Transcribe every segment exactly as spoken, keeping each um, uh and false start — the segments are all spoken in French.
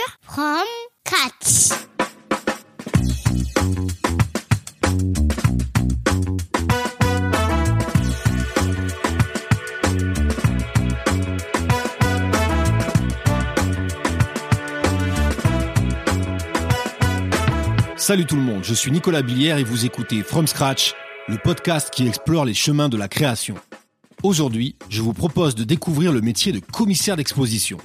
from scratch. Salut tout le monde, je suis Nicolas Billière et vous écoutez From Scratch, le podcast qui explore les chemins de la création. Aujourd'hui, je vous propose de découvrir le métier de commissaire d'exposition.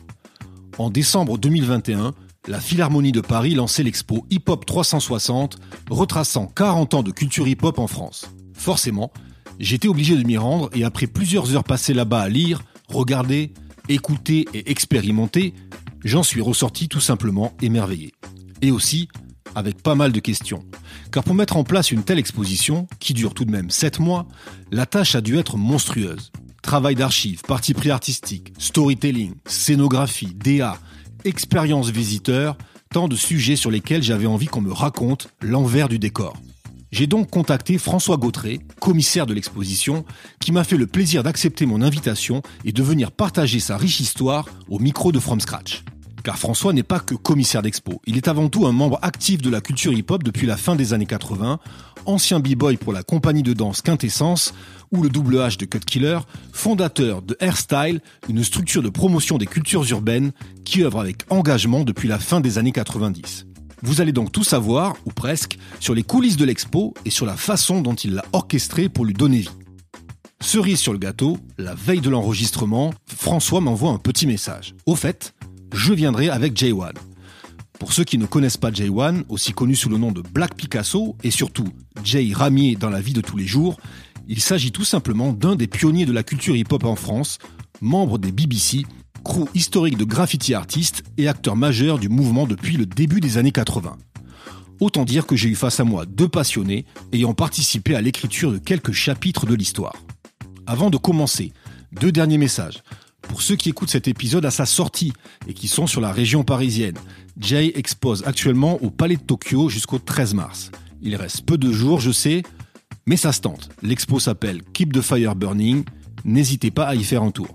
En décembre deux mille vingt et un, la Philharmonie de Paris lançait l'expo Hip Hop trois cent soixante, retraçant quarante ans de culture hip-hop en France. Forcément, j'étais obligé de m'y rendre et après plusieurs heures passées là-bas à lire, regarder, écouter et expérimenter, j'en suis ressorti tout simplement émerveillé. Et aussi, avec pas mal de questions. Car pour mettre en place une telle exposition, qui dure tout de même sept mois, la tâche a dû être monstrueuse. Travail d'archives, parti pris artistique, storytelling, scénographie, D A, expérience visiteur, tant de sujets sur lesquels j'avais envie qu'on me raconte l'envers du décor. J'ai donc contacté François Gautré, commissaire de l'exposition, qui m'a fait le plaisir d'accepter mon invitation et de venir partager sa riche histoire au micro de From Scratch. Car François n'est pas que commissaire d'expo, il est avant tout un membre actif de la culture hip-hop depuis la fin des années quatre-vingts, ancien b-boy pour la compagnie de danse Quintessence ou le double H de Cut Killer, fondateur de Hairstyle, une structure de promotion des cultures urbaines qui œuvre avec engagement depuis la fin des années quatre-vingt-dix. Vous allez donc tout savoir, ou presque, sur les coulisses de l'expo et sur la façon dont il l'a orchestrée pour lui donner vie. Cerise sur le gâteau, la veille de l'enregistrement, François m'envoie un petit message. Au fait, je viendrai avec Jay One. Pour ceux qui ne connaissent pas Jay One, aussi connu sous le nom de Black Picasso et surtout Jay Ramier dans la vie de tous les jours, il s'agit tout simplement d'un des pionniers de la culture hip-hop en France, membre des B B C, crew historique de graffiti artistes et acteur majeur du mouvement depuis le début des années quatre-vingts. Autant dire que j'ai eu face à moi deux passionnés ayant participé à l'écriture de quelques chapitres de l'histoire. Avant de commencer, deux derniers messages. Pour ceux qui écoutent cet épisode à sa sortie et qui sont sur la région parisienne, Jay expose actuellement au Palais de Tokyo jusqu'au treize mars. Il reste peu de jours, je sais, mais ça se tente. L'expo s'appelle Keep the Fire Burning, n'hésitez pas à y faire un tour.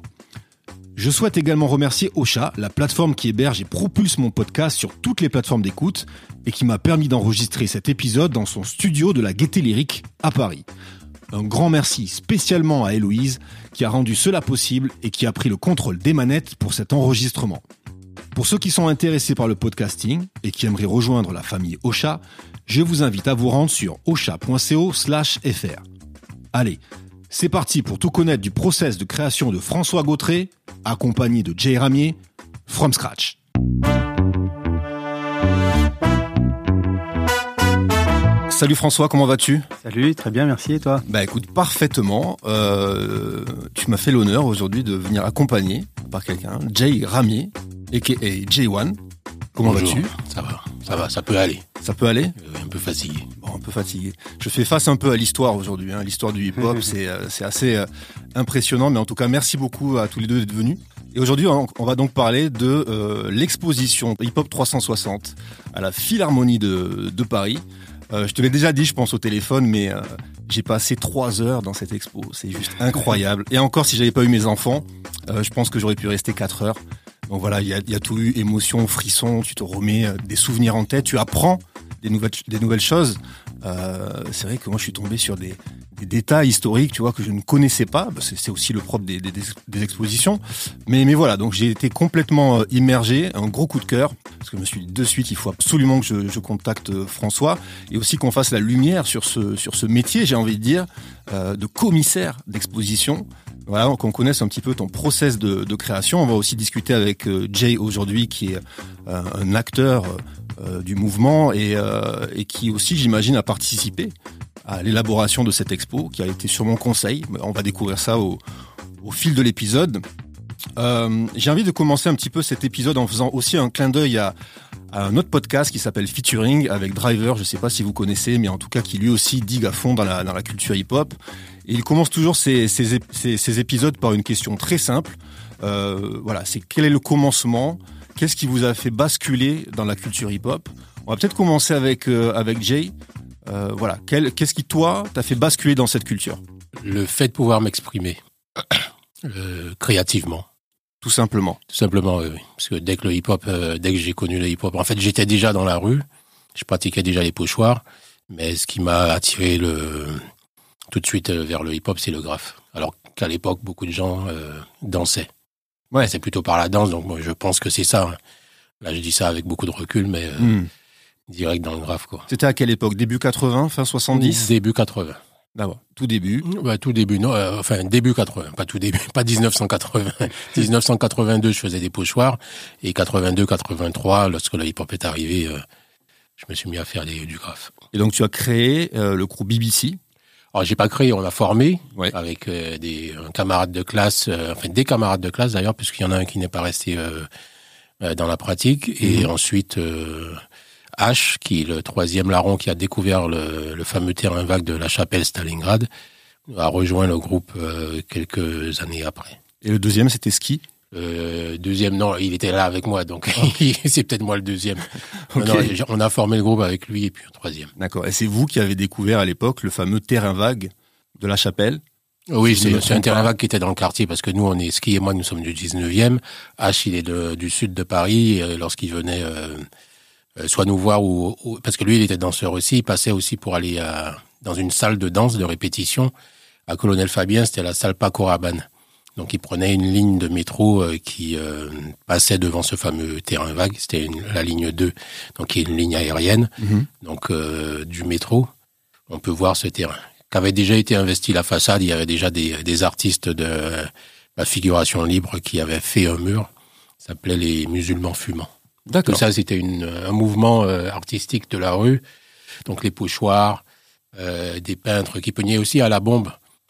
Je souhaite également remercier Ocha, la plateforme qui héberge et propulse mon podcast sur toutes les plateformes d'écoute et qui m'a permis d'enregistrer cet épisode dans son studio de la Gaîté Lyrique à Paris. Un grand merci spécialement à Héloïse qui a rendu cela possible et qui a pris le contrôle des manettes pour cet enregistrement. Pour ceux qui sont intéressés par le podcasting et qui aimeraient rejoindre la famille Ocha, je vous invite à vous rendre sur ocha.co slash fr. Allez, c'est parti pour tout connaître du process de création de François Gautré, accompagné de Jay Ramier, From Scratch. Salut François, comment vas-tu ? Salut, très bien, merci, et toi ? Bah écoute, parfaitement. Euh, tu m'as fait l'honneur aujourd'hui de venir accompagner par quelqu'un, Jay Ramier, a k a. Jay One. Comment Bonjour. vas-tu ? Ça va, ça va, ça peut aller. Ça peut aller ? Euh, un peu fatigué. Bon, un peu fatigué. Je fais face un peu à l'histoire aujourd'hui. Hein. L'histoire du hip-hop, c'est, euh, c'est assez euh, impressionnant. Mais en tout cas, merci beaucoup à tous les deux d'être venus. Et aujourd'hui, on, on va donc parler de euh, l'exposition Hip Hop trois cent soixante à la Philharmonie de, de Paris. Euh, je te l'ai déjà dit, je pense, au téléphone, mais euh, j'ai passé trois heures dans cette expo. C'est juste incroyable. Et encore, si j'avais pas eu mes enfants, euh, je pense que j'aurais pu rester quatre heures. Donc voilà, il y a, y a tout eu, émotion, frisson, tu te remets euh, des souvenirs en tête, tu apprends des nouvelles, des nouvelles choses. Euh, c'est vrai que moi, je suis tombé sur des, des détails historiques, tu vois, que je ne connaissais pas. C'est, c'est aussi le propre des, des, des expositions. Mais, mais voilà, donc j'ai été complètement euh, immergé, un gros coup de cœur, parce que je me suis dit de suite, il faut absolument que je, je contacte euh, François, et aussi qu'on fasse la lumière sur ce, sur ce métier, j'ai envie de dire, euh, de commissaire d'exposition. Voilà, qu'on connaisse un petit peu ton process de, de création. On va aussi discuter avec euh, Jay aujourd'hui, qui est euh, un acteur euh, du mouvement et, euh, et qui aussi, j'imagine, a participé à l'élaboration de cette expo, qui a été sur mon conseil. On va découvrir ça au, au fil de l'épisode. Euh, j'ai envie de commencer un petit peu cet épisode en faisant aussi un clin d'œil à, à un autre podcast qui s'appelle Featuring avec Driver. Je ne sais pas si vous connaissez, mais en tout cas qui lui aussi digue à fond dans la, dans la culture hip-hop. Et il commence toujours ses, ses, ses, ses épisodes par une question très simple. Euh, voilà, c'est quel est le commencement ? Qu'est-ce qui vous a fait basculer dans la culture hip-hop ? On va peut-être commencer avec euh, avec Jay. Euh, voilà, quel, qu'est-ce qui toi t'a fait basculer dans cette culture ? Le fait de pouvoir m'exprimer euh, créativement, Tout simplement. Tout simplement, oui. oui. Parce que dès que le hip-hop, euh, dès que j'ai connu le hip-hop, en fait, j'étais déjà dans la rue, je pratiquais déjà les pochoirs, mais ce qui m'a attiré le tout de suite vers le hip-hop, c'est le graphe. Alors qu'à l'époque, beaucoup de gens euh, dansaient. Ouais. C'est plutôt par la danse, donc moi, je pense que c'est ça. Hein. Là, je dis ça avec beaucoup de recul, mais euh, mm. direct dans le graphe, quoi. C'était à quelle époque? Début quatre-vingts, fin soixante-dix? Début quatre-vingts. D'abord, tout début. Ouais, tout début, non, euh, enfin début quatre-vingts, pas tout début, pas dix-neuf cent quatre-vingts. dix-neuf cent quatre-vingt-deux, je faisais des pochoirs, et quatre-vingt-deux quatre-vingt-trois, lorsque le hip-hop est arrivé, euh, je me suis mis à faire des, du graphe. Et donc tu as créé euh, le groupe B B C. Alors j'ai pas créé, on a formé ouais. avec euh, des un camarade de classe, euh, enfin des camarades de classe d'ailleurs, puisqu'il y en a un qui n'est pas resté euh, euh, dans la pratique, et mmh. ensuite euh, H, qui est le troisième larron qui a découvert le, le fameux terrain vague de la chapelle Stalingrad, a rejoint le groupe euh, quelques années après. Et le deuxième, c'était Ski? Euh, deuxième, non, il était là avec moi, donc okay. c'est peut-être moi le deuxième. Okay. Non, non, on a formé le groupe avec lui et puis un troisième. D'accord. Et c'est vous qui avez découvert à l'époque le fameux terrain vague de la chapelle? Oui, si c'est, c'est un terrain vague qui était dans le quartier, parce que nous, on est Ski et moi, nous sommes du dix-neuvième. H, il est de, du sud de Paris, et lorsqu'il venait euh, soit nous voir, ou, ou parce que lui, il était danseur aussi, il passait aussi pour aller à, dans une salle de danse, de répétition, à Colonel Fabien, c'était la salle Paco Rabanne. Donc, il prenait une ligne de métro euh, qui euh, passait devant ce fameux terrain vague. C'était une, la ligne deux, donc qui est une ligne aérienne. Mm-hmm. Donc, euh, du métro, on peut voir ce terrain. Qu'avait déjà été investi la façade, il y avait déjà des, des artistes de la figuration libre qui avaient fait un mur. Ça s'appelait les musulmans fumants. D'accord. Tout ça, c'était une, un mouvement euh, artistique de la rue. Donc, les pochoirs, euh, des peintres qui peignaient aussi à la bombe.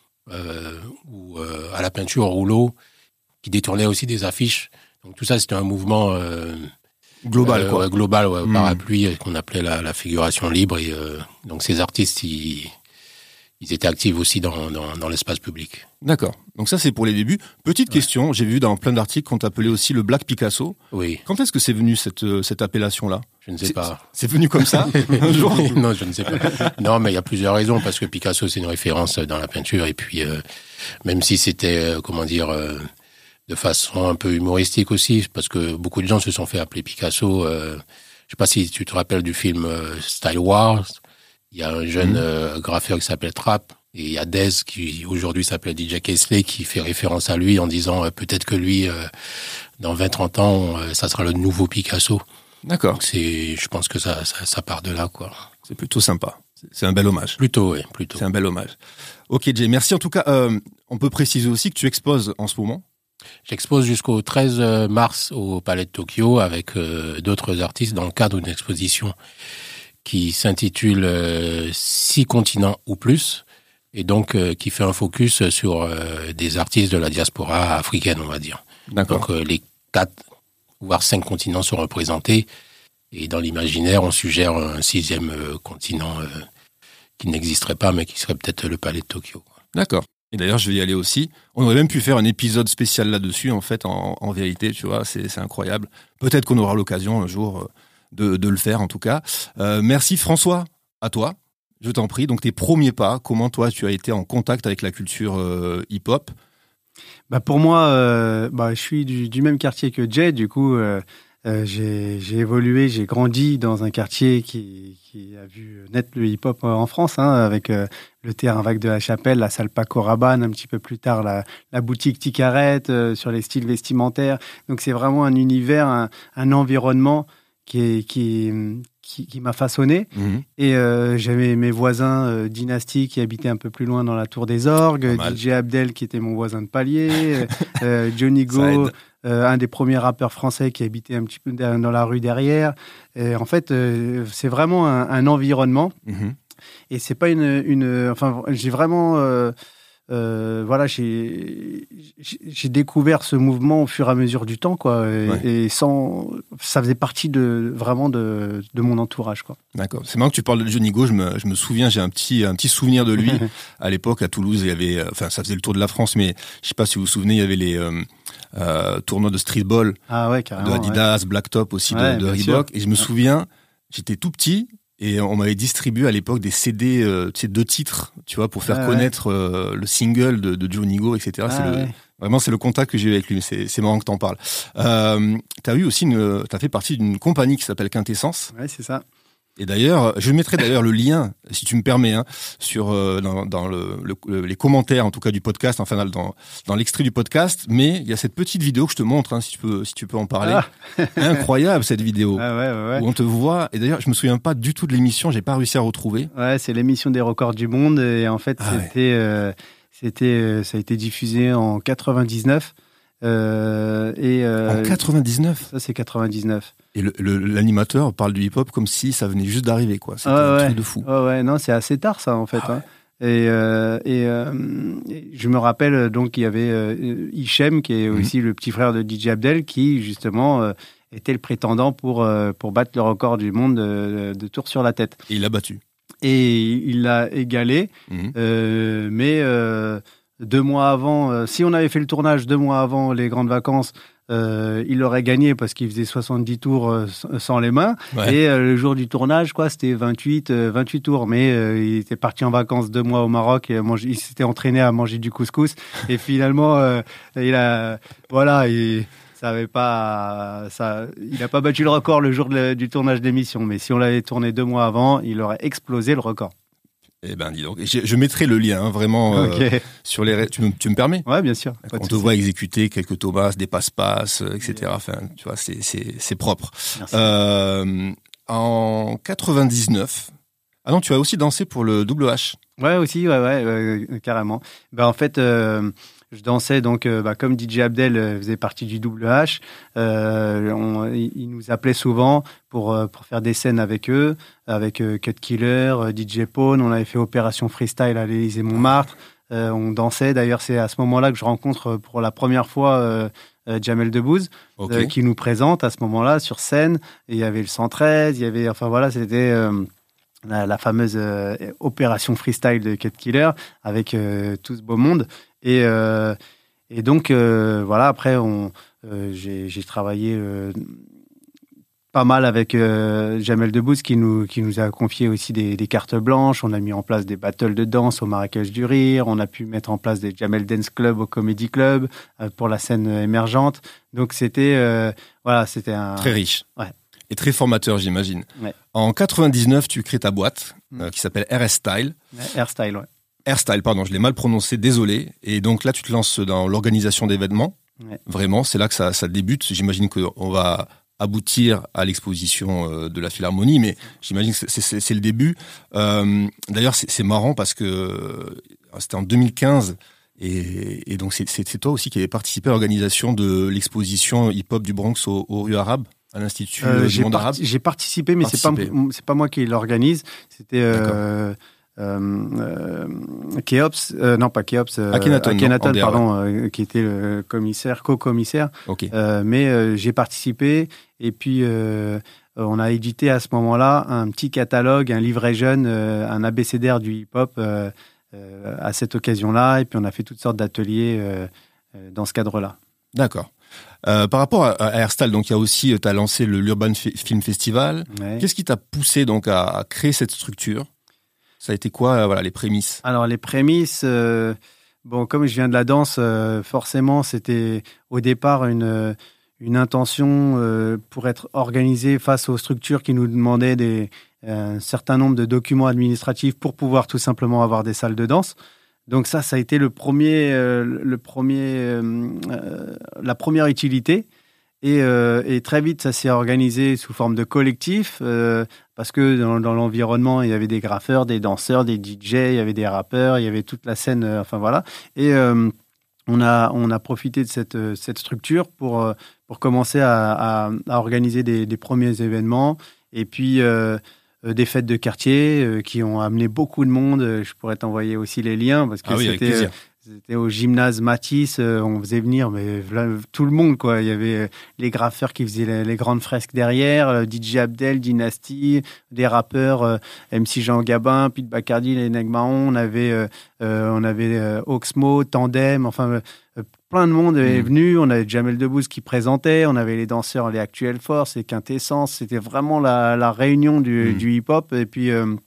Euh, ou euh, à la peinture au rouleau, qui détournait aussi des affiches. Donc tout ça, c'était un mouvement euh, global, euh, quoi. Ouais, global, ouais, mmh. parapluie, qu'on appelait la, la figuration libre. Et euh, donc ces artistes, ils, ils étaient actifs aussi dans, dans, dans l'espace public. D'accord. Donc ça, c'est pour les débuts. Petite ouais. question, j'ai vu dans plein d'articles qu'on t'appelait aussi le Black Picasso. Oui. Quand est-ce que c'est venu cette cette appellation-là? Je ne sais c'est, pas. C'est venu comme ça un jour? Non, je ne sais pas. Non, mais il y a plusieurs raisons, parce que Picasso, c'est une référence dans la peinture, et puis euh, même si c'était, euh, comment dire, euh, de façon un peu humoristique aussi, parce que beaucoup de gens se sont fait appeler Picasso. Euh, je sais pas si tu te rappelles du film euh, Style Wars. Il y a un jeune mmh. euh, graffeur qui s'appelle Trapp. Et il y a Dez, qui aujourd'hui s'appelle D J Kesley, qui fait référence à lui en disant euh, peut-être que lui, euh, dans vingt trente ans, euh, ça sera le nouveau Picasso. D'accord. Donc c'est, je pense que ça, ça, ça part de là, quoi. C'est plutôt sympa. C'est un bel hommage. Plutôt, oui, plutôt. C'est un bel hommage. Ok, Jay, merci. En tout cas, euh, on peut préciser aussi que tu exposes en ce moment. J'expose jusqu'au treize mars au Palais de Tokyo avec euh, d'autres artistes dans le cadre d'une exposition qui s'intitule euh, Six continents ou plus, et donc euh, qui fait un focus sur euh, des artistes de la diaspora africaine, on va dire. D'accord. Donc euh, les quatre voire cinq continents sont représentés, et dans l'imaginaire, on suggère un sixième euh, continent euh, qui n'existerait pas, mais qui serait peut-être le Palais de Tokyo. D'accord. Et d'ailleurs, je vais y aller aussi. On aurait même pu faire un épisode spécial là-dessus, en fait, en, en vérité, tu vois, c'est, c'est incroyable. Peut-être qu'on aura l'occasion un jour de, de le faire, en tout cas. Euh, merci François, à toi. Je t'en prie. Donc, tes premiers pas, comment toi, tu as été en contact avec la culture euh, hip-hop? Bah pour moi, euh, bah je suis du, du même quartier que Jay. Du coup, euh, euh, j'ai, j'ai évolué, j'ai grandi dans un quartier qui, qui a vu naître le hip-hop en France, hein, avec euh, le terrain vague de la Chapelle, la salle Paco Rabanne, un petit peu plus tard la, la boutique Ticarette, euh, sur les styles vestimentaires. Donc c'est vraiment un univers, un, un environnement qui est qui qui, qui m'a façonné. Mmh. Et euh, j'avais mes voisins euh, dynastiques qui habitaient un peu plus loin dans la Tour des Orgues, D J Abdel qui était mon voisin de palier, euh, Johnny Go, euh, un des premiers rappeurs français qui habitait un petit peu dans la rue derrière. Et en fait, euh, c'est vraiment un, un environnement. Mmh. Et c'est pas une, une enfin, j'ai vraiment euh, Euh, voilà, j'ai, j'ai découvert ce mouvement au fur et à mesure du temps, quoi, et, ouais. et sans, ça faisait partie de vraiment de, de mon entourage, quoi. D'accord. C'est marrant que tu parles de Johnny Go. Je me, je me souviens, j'ai un petit, un petit souvenir de lui. À l'époque, à Toulouse, il y avait, enfin, ça faisait le tour de la France, mais je sais pas si vous vous souvenez, il y avait les euh, euh, tournois de streetball, ah ouais, carrément, de Adidas, ouais. Blacktop aussi, ouais, de, de Reebok. Et je me ouais. souviens, j'étais tout petit. Et on m'avait distribué à l'époque des C D, euh, tu sais, deux titres, tu vois, pour faire ah, connaître ouais. euh, le single de, de Johnny Go, et cetera. Ah, c'est, le, ouais. Vraiment, c'est le contact que j'ai eu avec lui. C'est, c'est marrant que t'en parles. Euh, t'as eu aussi une, t'as fait partie d'une compagnie qui s'appelle Quintessence. Ouais, c'est ça. Et d'ailleurs, je mettrai d'ailleurs le lien, si tu me permets, hein, sur euh, dans, dans le, le, les commentaires, en tout cas du podcast, enfin dans, dans l'extrait du podcast. Mais il y a cette petite vidéo que je te montre, hein, si tu peux, si tu peux en parler. Ah. Incroyable cette vidéo. Ah ouais, ouais, ouais. Où on te voit. Et d'ailleurs, je me souviens pas du tout de l'émission. J'ai pas réussi à retrouver. Ouais, c'est l'émission des records du monde. Et en fait, ah c'était, ouais. euh, c'était, euh, ça a été diffusé en quatre-vingt-dix-neuf. Euh, et euh, en quatre-vingt-dix-neuf. Ça, c'est quatre-vingt-dix-neuf. Et le, le, l'animateur parle du hip-hop comme si ça venait juste d'arriver, quoi. C'était ah, un ouais. truc de fou. Ah, ouais, non, c'est assez tard, ça, en fait. Ah, ouais. hein. Et, euh, et, euh, et je me rappelle, donc, il y avait euh, Hichem, qui est aussi mmh. le petit frère de D J Abdel, qui, justement, euh, était le prétendant pour, euh, pour battre le record du monde de, de tours sur la tête. Et il l'a battu. Et il l'a égalé, mmh. euh, mais euh, deux mois avant, euh, si on avait fait le tournage deux mois avant les grandes vacances, Euh, il aurait gagné parce qu'il faisait soixante-dix tours euh, sans les mains. Ouais. Et euh, le jour du tournage, quoi, c'était vingt-huit, euh, vingt-huit tours. Mais euh, il était parti en vacances deux mois au Maroc. Et mangé, il s'était entraîné à manger du couscous. Et finalement, euh, il a, voilà, il, ça avait pas, ça, il n'a pas battu le record le jour de, du tournage d'émission. Mais si on l'avait tourné deux mois avant, il aurait explosé le record. Eh ben, dis donc. Je, je mettrai le lien, hein, vraiment, okay. euh, sur les. Tu me, tu me permets ? Ouais, bien sûr. On te voit exécuter quelques Thomas, des passe-passe, et cetera. Enfin, tu vois, c'est, c'est, c'est propre. Euh, en quatre-vingt-dix-neuf. Ah non, tu as aussi dansé pour le Double H. Ouais, aussi, ouais, ouais, euh, carrément. Ben, en fait, euh, je dansais donc, euh, bah, comme D J Abdel euh, faisait partie du Double H. Euh, on, il nous appelait souvent pour euh, pour faire des scènes avec eux, avec euh, Cut Killer, euh, D J Pone. On avait fait Opération Freestyle à l'Élysée Montmartre. Euh, on dansait. D'ailleurs, c'est à ce moment-là que je rencontre pour la première fois euh, euh, Jamel Debbouze, okay. euh, qui nous présente à ce moment-là sur scène. Et il y avait le cent treize. Il y avait, enfin voilà, c'était euh, la, la fameuse euh, Opération Freestyle de Cut Killer avec euh, tout ce beau monde. Et, euh, et donc, euh, voilà, après, on, euh, j'ai, j'ai travaillé euh, pas mal avec euh, Jamel Debbouze qui nous, qui nous a confié aussi des, des cartes blanches. On a mis en place des battles de danse au Marrakech du Rire. On a pu mettre en place des Jamel Dance Club au Comedy Club euh, pour la scène émergente. Donc, c'était, euh, voilà, c'était un... Très riche. Ouais. Et très formateur, j'imagine. Ouais. En quatre-vingt-dix-neuf, tu crées ta boîte mmh. euh, qui s'appelle R S Style. Ouais, R Style, ouais. Airstyle, pardon, je l'ai mal prononcé, désolé. Et donc là, tu te lances dans l'organisation d'événements. Ouais. Vraiment, c'est là que ça, ça débute. J'imagine qu'on va aboutir à l'exposition euh, de la Philharmonie, mais j'imagine que c'est, c'est, c'est le début. Euh, d'ailleurs, c'est, c'est marrant parce que euh, c'était en deux mille quinze et, et donc c'est, c'est, c'est toi aussi qui avais participé à l'organisation de l'exposition hip-hop du Bronx aux, aux rues arabes à l'Institut euh, du monde part- arabe. J'ai participé, mais participé. c'est pas c'est pas moi qui l'organise. C'était euh, Euh, euh, Keops, euh, non pas Keops, euh, Akhenaton, Akhenaton non, pardon, euh, qui était le commissaire, co-commissaire. Okay. Euh, mais euh, j'ai participé et puis euh, on a édité à ce moment-là un petit catalogue, un livret jeune, euh, un abécédaire du hip-hop euh, euh, à cette occasion-là. Et puis on a fait toutes sortes d'ateliers euh, euh, dans ce cadre-là. D'accord. Euh, par rapport à, à Airstyle, donc il y a aussi, tu as lancé le l'Urban F- Film Festival. Ouais. Qu'est-ce qui t'a poussé donc à, à créer cette structure ? Ça a été quoi, euh, voilà, les prémices ? Alors, les prémices, euh, bon, comme je viens de la danse, euh, forcément, c'était au départ une, une intention euh, pour être organisé face aux structures qui nous demandaient des, un certain nombre de documents administratifs pour pouvoir tout simplement avoir des salles de danse. Donc ça, ça a été le premier, euh, le premier, euh, euh, la première utilité. Et, euh, et très vite, ça s'est organisé sous forme de collectif, euh, parce que dans, dans l'environnement, il y avait des graffeurs, des danseurs, des D J, il y avait des rappeurs, il y avait toute la scène, euh, enfin voilà. Et euh, on a on a profité de cette cette structure pour euh, pour commencer à, à, à organiser des, des premiers événements, et puis euh, des fêtes de quartier euh, qui ont amené beaucoup de monde. Je pourrais t'envoyer aussi les liens parce que ah oui, c'était. C'était au gymnase Matisse, euh, on faisait venir mais là, tout le monde, quoi. Il y avait les graffeurs qui faisaient les, les grandes fresques derrière, euh, D J Abdel, Dynasty, des rappeurs, euh, M C Jean Gabin, Pete Bacardi, les Negmaon, on avait, euh, euh, on avait euh, Oxmo, Tandem, enfin euh, plein de monde est mmh. venu. On avait Jamel Debbouze qui présentait, on avait les danseurs, les Actuelles Forces, les Quintessence. C'était vraiment la, la réunion du, mmh. du hip-hop. Et puis... Euh,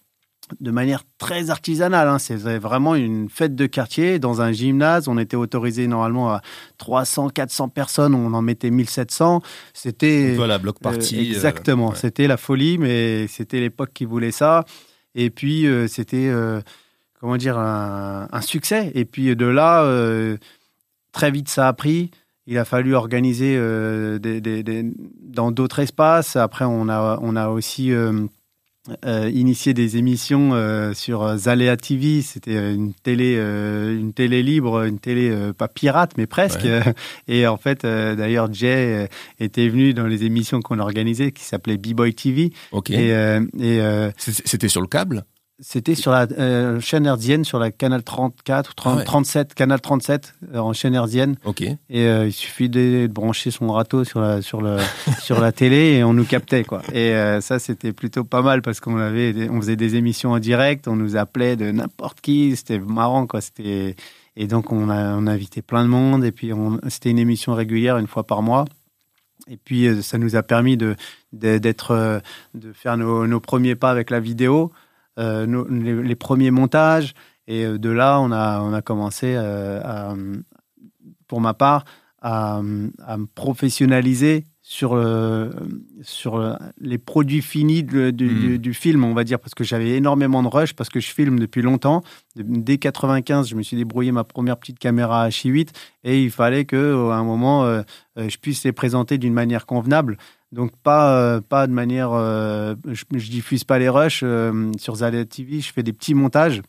de manière très artisanale. Hein. C'est vraiment une fête de quartier dans un gymnase. On était autorisé normalement à trois cents, quatre cents personnes. On en mettait mille sept cents. C'était voilà, bloc party. Euh, exactement. Euh, ouais. C'était la folie, mais c'était l'époque qui voulait ça. Et puis euh, c'était euh, comment dire un, un succès. Et puis de là, euh, très vite ça a pris. Il a fallu organiser euh, des, des, des, dans d'autres espaces. Après, on a on a aussi euh, Euh, initié des émissions euh, sur Zalea T V, c'était une télé, euh, une télé libre, une télé euh, pas pirate mais presque. Ouais. Et en fait, euh, d'ailleurs, Jay euh, était venu dans les émissions qu'on organisait, qui s'appelait B-Boy T V. Ok. Et, euh, et euh, c'était sur le câble. C'était sur la euh, chaîne hertzienne, sur la canal trente-quatre ou trente, ah ouais. trente-sept, canal trente-sept euh, en chaîne hertzienne. Ok. Et euh, il suffit de, de brancher son râteau sur la sur le sur la télé et on nous captait quoi. Et euh, ça c'était plutôt pas mal parce qu'on avait on faisait des émissions en direct, on nous appelait de n'importe qui, c'était marrant quoi. C'était et donc on a on a invité plein de monde et puis on, c'était une émission régulière une fois par mois. Et puis euh, ça nous a permis de, de d'être euh, de faire nos, nos premiers pas avec la vidéo. Euh, nos, les, les premiers montages et euh, de là on a on a commencé euh, à, pour ma part à, à me professionnaliser sur euh, sur les produits finis de, de, mmh. du, du film on va dire parce que j'avais énormément de rush parce que je filme depuis longtemps dès quatre-vingt-quinze je me suis débrouillé ma première petite caméra H I huit et il fallait que à un moment euh, je puisse les présenter d'une manière convenable. Donc, pas, euh, pas de manière... Euh, je ne diffuse pas les rushs. Euh, sur Zalea T V, je fais des petits montages.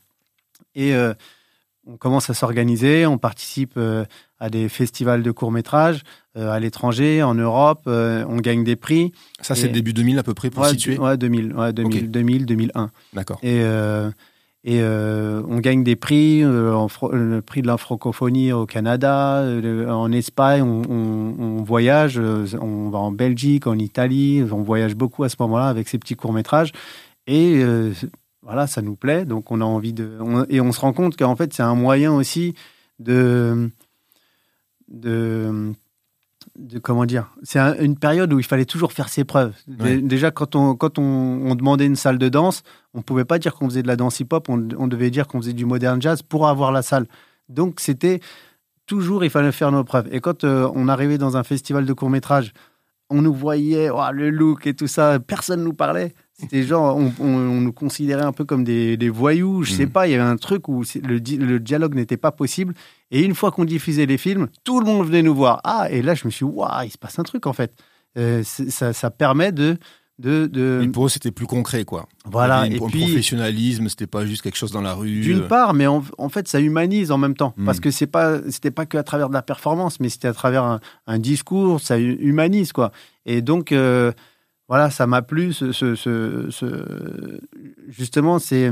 Et euh, on commence à s'organiser. On participe euh, à des festivals de courts-métrages euh, à l'étranger, en Europe. Euh, on gagne des prix. Ça, c'est et... début deux mille à peu près, pour ouais, situer Ouais, deux mille, ouais, deux mille, okay. deux mille, deux mille un. D'accord. Et... Euh, Et euh, on gagne des prix, euh, en fro- le prix de la francophonie au Canada, euh, en Espagne, on, on, on voyage, euh, on va en Belgique, en Italie, on voyage beaucoup à ce moment-là avec ces petits courts-métrages. Et euh, voilà, ça nous plaît, donc on a envie de... On, et on se rend compte qu'en fait, c'est un moyen aussi de... de de comment dire, c'est un, une période où il fallait toujours faire ses preuves. Ouais. Déjà, quand on quand on, on demandait une salle de danse, on pouvait pas dire qu'on faisait de la danse hip-hop, on, on devait dire qu'on faisait du modern jazz pour avoir la salle. Donc c'était toujours, il fallait faire nos preuves. Et quand euh, on arrivait dans un festival de court-métrage, on nous voyait, oh, le look et tout ça, personne nous parlait. C'était genre, on, on, on nous considérait un peu comme des, des voyous, je sais mmh. pas, il y avait un truc où le, le dialogue n'était pas possible. Et une fois qu'on diffusait les films, tout le monde venait nous voir. Ah, et là, je me suis dit, waouh, il se passe un truc en fait. Euh, ça, ça permet de... de, de... Et pour eux, c'était plus concret, quoi. Voilà. Une, et un puis, professionnalisme, c'était pas juste quelque chose dans la rue. D'une part, mais en, en fait, ça humanise en même temps. Mmh. Parce que c'est pas, c'était pas qu'à travers de la performance, mais c'était à travers un, un discours, ça humanise, quoi. Et donc... Euh, Voilà, ça m'a plu. Ce, ce, ce, ce... Justement, c'est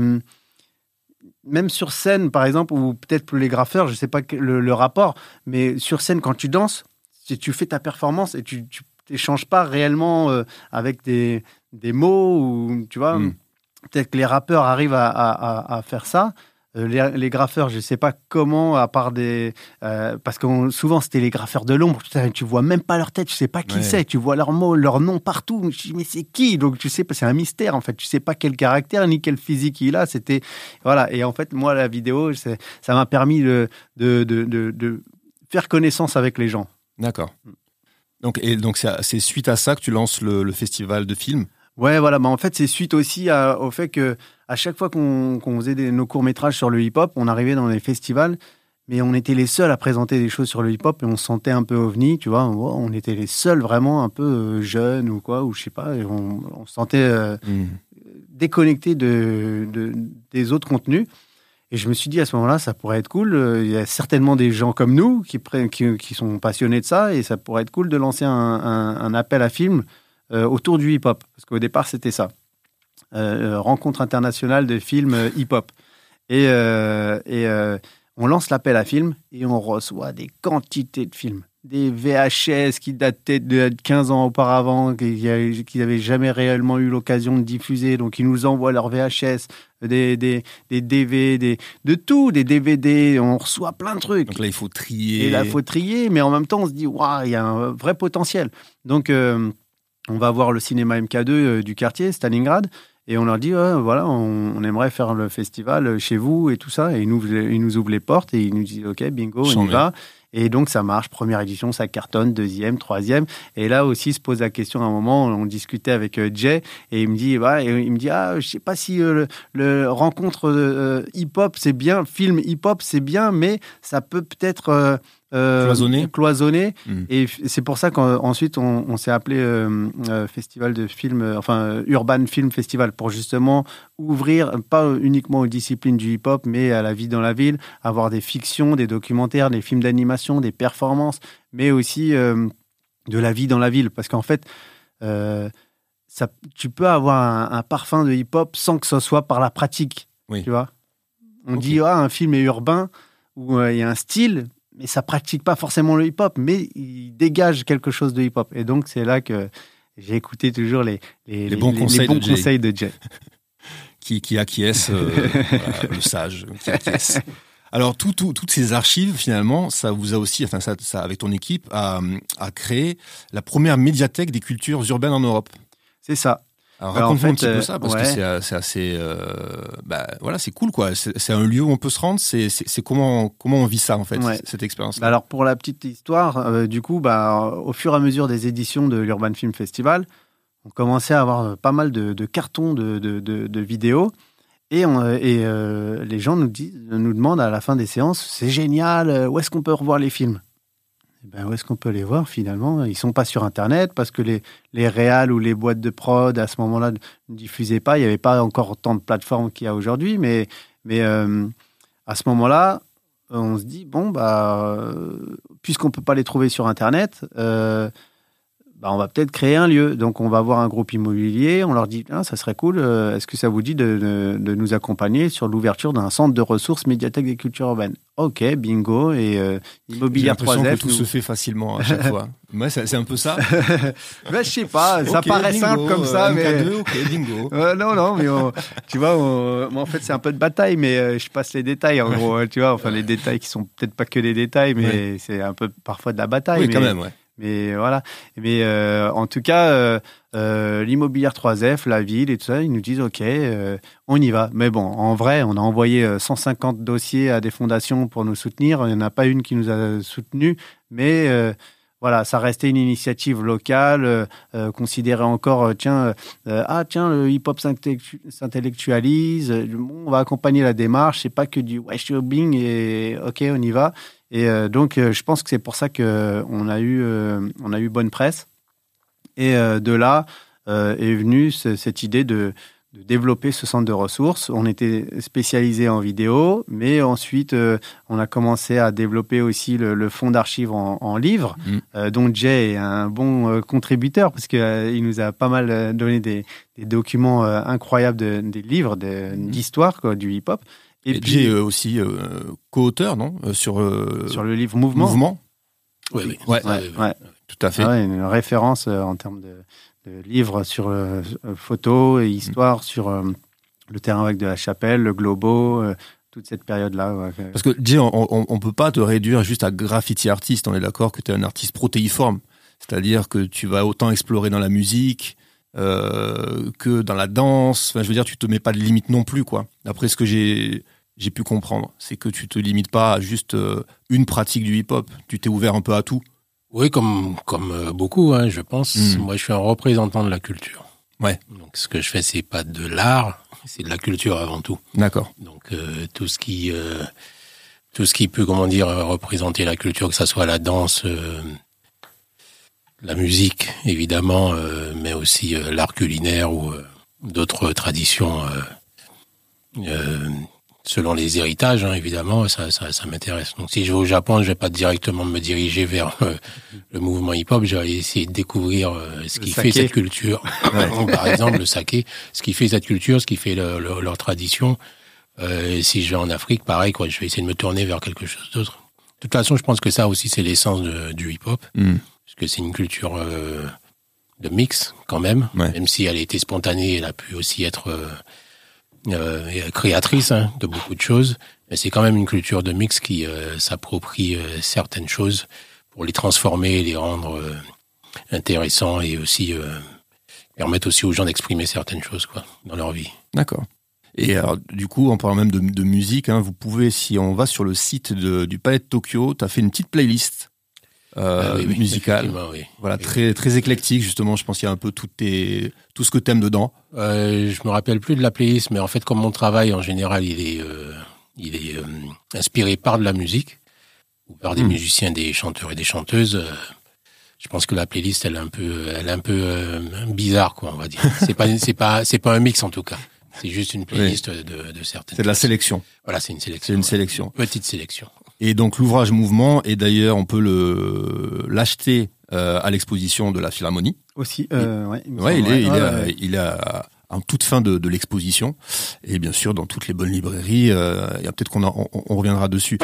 même sur scène, par exemple, ou peut-être pour les graffeurs, je ne sais pas le, le rapport, mais sur scène, quand tu danses, si tu fais ta performance et tu n'échanges pas réellement euh, avec des, des mots, ou tu vois, mm. peut-être que les rappeurs arrivent à, à, à faire ça. Les, les graffeurs, je ne sais pas comment, à part des... Euh, parce que souvent, c'était les graffeurs de l'ombre. Tu ne vois même pas leur tête, tu ne sais pas qui ouais. c'est. Tu vois leurs mots, leurs noms partout. Je dis, mais c'est qui? Donc, tu sais pas, c'est un mystère, en fait. Tu ne sais pas quel caractère ni quel physique il a. C'était... Voilà. Et en fait, moi, la vidéo, c'est, ça m'a permis de, de, de, de, de faire connaissance avec les gens. D'accord. Donc, et donc c'est, c'est suite à ça que tu lances le, le festival de films? Ouais, voilà. Bah, en fait, c'est suite aussi à, au fait que à chaque fois qu'on, qu'on faisait des, nos courts-métrages sur le hip-hop, on arrivait dans les festivals, mais on était les seuls à présenter des choses sur le hip-hop et on se sentait un peu ovni, tu vois. On était les seuls vraiment un peu jeunes ou quoi, ou je sais pas. Et on, on se sentait euh, mmh. déconnecté de, de, des autres contenus. Et je me suis dit à ce moment-là, ça pourrait être cool. Il y a certainement des gens comme nous qui, qui, qui sont passionnés de ça et ça pourrait être cool de lancer un, un, un appel à film Euh, autour du hip-hop, parce qu'au départ, c'était ça. Euh, rencontre internationale de films euh, hip-hop. Et, euh, et euh, on lance l'appel à films et on reçoit des quantités de films. Des V H S qui dataient de quinze ans auparavant, qui n'avaient jamais réellement eu l'occasion de diffuser. Donc, ils nous envoient leurs V H S, des, des, des D V D, de tout, des D V D. On reçoit plein de trucs. Donc là, il faut trier. Et là, il faut trier, mais en même temps, on se dit, waouh, il y a un vrai potentiel. Donc, euh, on va voir le cinéma M K deux euh, du quartier, Stalingrad, Et on leur dit, ouais, voilà, on, on aimerait faire le festival chez vous et tout ça. Et ils nous, ils nous ouvrent les portes et ils nous disent, OK, bingo, on y va. Et donc, ça marche. Première édition, ça cartonne. Deuxième, troisième. Et là aussi, se pose la question à un moment, on discutait avec Jay et il me dit, bah, il me dit, ah, je sais pas si euh, le, le rencontre euh, hip-hop, c'est bien, film hip-hop, c'est bien, mais ça peut peut-être euh, euh, cloisonner. cloisonner. Mmh. Et c'est pour ça qu'ensuite, on, on s'est appelé euh, euh, Festival de film, euh, enfin, euh, Urban Film Festival, pour justement ouvrir, pas uniquement aux disciplines du hip-hop, mais à la vie dans la ville, avoir des fictions, des documentaires, des films d'animation, des performances, mais aussi euh, de la vie dans la ville. Parce qu'en fait, euh, ça, tu peux avoir un, un parfum de hip-hop sans que ce soit par la pratique. Oui. Tu vois, on okay. dit, ah, un film est urbain, où il euh, y a un style, mais ça pratique pas forcément le hip-hop, mais il dégage quelque chose de hip-hop. Et donc, c'est là que j'ai écouté toujours les, les, les bons les, conseils, les bons de, conseils Jay. de Jay. qui, qui acquiesce, euh, voilà, le sage, qui acquiesce. Alors, tout, tout, toutes ces archives, finalement, ça vous a aussi, enfin, ça, ça avec ton équipe, a, a créé la première médiathèque des cultures urbaines en Europe. C'est ça. Alors, raconte-nous en fait, un petit peu ça, parce ouais. que c'est, c'est assez, euh, bah, voilà, c'est cool, quoi. C'est, c'est un lieu où on peut se rendre. C'est, c'est, c'est comment, comment on vit ça, en fait, ouais. cette expérience. Bah alors, pour la petite histoire, euh, du coup, bah, au fur et à mesure des éditions de l'Urban Film Festival, on commençait à avoir pas mal de, de cartons de, de, de, de vidéos. Et, on, et euh, les gens nous, disent, nous demandent à la fin des séances, c'est génial, où est-ce qu'on peut revoir les films ? Et ben, où est-ce qu'on peut les voir finalement ? Ils ne sont pas sur Internet parce que les, les réals ou les boîtes de prod à ce moment-là ne diffusaient pas. Il n'y avait pas encore autant de plateformes qu'il y a aujourd'hui. Mais, mais euh, à ce moment-là, on se dit, bon, bah, euh, puisqu'on ne peut pas les trouver sur Internet, euh, bah, on va peut-être créer un lieu. Donc, on va voir un groupe immobilier. On leur dit, ah, ça serait cool. Euh, est-ce que ça vous dit de, de, de nous accompagner sur l'ouverture d'un centre de ressources médiathèque des cultures urbaines ? Ok, bingo. Et euh, Immobilière trois F. J'ai l'impression que tout nous... se fait facilement à chaque fois. Ouais, c'est, c'est un peu ça. Ben, je sais pas. Ça okay, paraît bingo, simple comme ça. Euh, mais... M K deux, ok, bingo. euh, non, non, mais on, tu vois, on, moi, en fait, c'est un peu de bataille, mais euh, je passe les détails, en gros. Tu vois, enfin, les détails qui sont peut-être pas que les détails, mais ouais. c'est un peu parfois de la bataille. Oui, mais... quand même, ouais. Mais voilà. Mais euh, en tout cas, euh, euh, l'Immobilière trois F, la ville et tout ça, ils nous disent OK, euh, on y va. Mais bon, en vrai, on a envoyé cent cinquante dossiers à des fondations pour nous soutenir. Il n'y en a pas une qui nous a soutenus. Mais euh, voilà, ça restait une initiative locale, euh, euh, considérée encore, euh, tiens, euh, ah tiens, le hip-hop s'intellectualise. Bon, on va accompagner la démarche. C'est pas que du washing et OK, on y va. Et euh, donc, euh, je pense que c'est pour ça qu'on a eu, euh, on a eu bonne presse. Et euh, de là euh, est venue c- cette idée de, de développer ce centre de ressources. On était spécialisé en vidéo, mais ensuite, euh, on a commencé à développer aussi le, le fonds d'archives en, en livres, mmh. euh, dont Jay est un bon euh, contributeur, parce qu'il euh, nous a pas mal donné des, des documents euh, incroyables, de, des livres de, mmh. d'histoire quoi, du hip-hop. Et, et puis, j'ai euh, aussi euh, co-auteur, non euh, sur, euh, sur le livre Mouvement. Mouvement. Oui, oui. Ouais, ouais, ouais. ouais. Tout à fait. Ah ouais, une référence euh, en termes de, de livres sur euh, photos et histoire, mmh. sur euh, le terrain vague de la Chapelle, le Globo, euh, toute cette période-là. Ouais. Parce que, Jay, on ne peut pas te réduire juste à graffiti artiste. On est d'accord que tu es un artiste protéiforme. C'est-à-dire que tu vas autant explorer dans la musique euh, que dans la danse. Enfin, je veux dire, tu te mets pas de limite non plus, quoi. D'après ce que j'ai... j'ai pu comprendre, c'est que tu te limites pas à juste euh, une pratique du hip-hop. Tu t'es ouvert un peu à tout. Oui, comme comme euh, beaucoup, hein, je pense. Mmh. Moi, je suis un représentant de la culture. Ouais. Donc, ce que je fais, c'est pas de l'art, c'est de la culture avant tout. D'accord. Donc, euh, tout ce qui euh, tout ce qui peut, comment dire, représenter la culture, que ça soit la danse, euh, la musique, évidemment, euh, mais aussi euh, l'art culinaire ou euh, d'autres traditions. Euh, euh, Selon les héritages, hein, évidemment, ça, ça, ça m'intéresse. Donc, si je vais au Japon, je vais pas directement me diriger vers euh, le mouvement hip-hop. Je vais essayer de découvrir euh, ce qui fait cette culture. Ouais. Par exemple, le saké, ce qui fait cette culture, ce qui fait le, le, leur tradition. Euh, si je vais en Afrique, pareil, quoi. Je vais essayer de me tourner vers quelque chose d'autre. De toute façon, je pense que ça aussi, c'est l'essence de, du hip-hop, mm. parce que c'est une culture euh, de mix, quand même. Ouais. Même si elle a été spontanée, elle a pu aussi être euh, Euh, créatrice hein, de beaucoup de choses, mais c'est quand même une culture de mix qui euh, s'approprie euh, certaines choses pour les transformer, les rendre euh, intéressants et aussi euh, permettent aussi aux gens d'exprimer certaines choses, quoi, dans leur vie. D'accord. Et alors, du coup, en parlant même de, de musique, hein, vous pouvez, si on va sur le site de, du Palais de Tokyo, tu as fait une petite playlist euh, ah, oui, oui, musicale. Oui. Voilà, oui. très très éclectique, justement. Je pense qu'il y a un peu tout, tes, tout ce que tu aimes dedans. Euh, je me rappelle plus de la playlist, mais en fait, comme mon travail, en général, il est, euh, il est euh, inspiré par de la musique, ou par des mmh. musiciens, des chanteurs et des chanteuses. Euh, je pense que la playlist, elle est un peu, elle est un peu euh, bizarre, quoi, on va dire. C'est pas, c'est pas, c'est pas un mix, en tout cas. C'est juste une playlist oui. de, de certaines. C'est de la sélection. Voilà, c'est une sélection. C'est une ouais. sélection. Une petite sélection. Et donc l'ouvrage Mouvement, et d'ailleurs on peut le l'acheter euh, à l'exposition de la Philharmonie. Aussi, euh, il, ouais. Il, ouais, il est, ouais, il, ouais, est, ouais. il est à, en toute fin de, de l'exposition, et bien sûr dans toutes les bonnes librairies. Euh, et peut-être qu'on on, on reviendra dessus.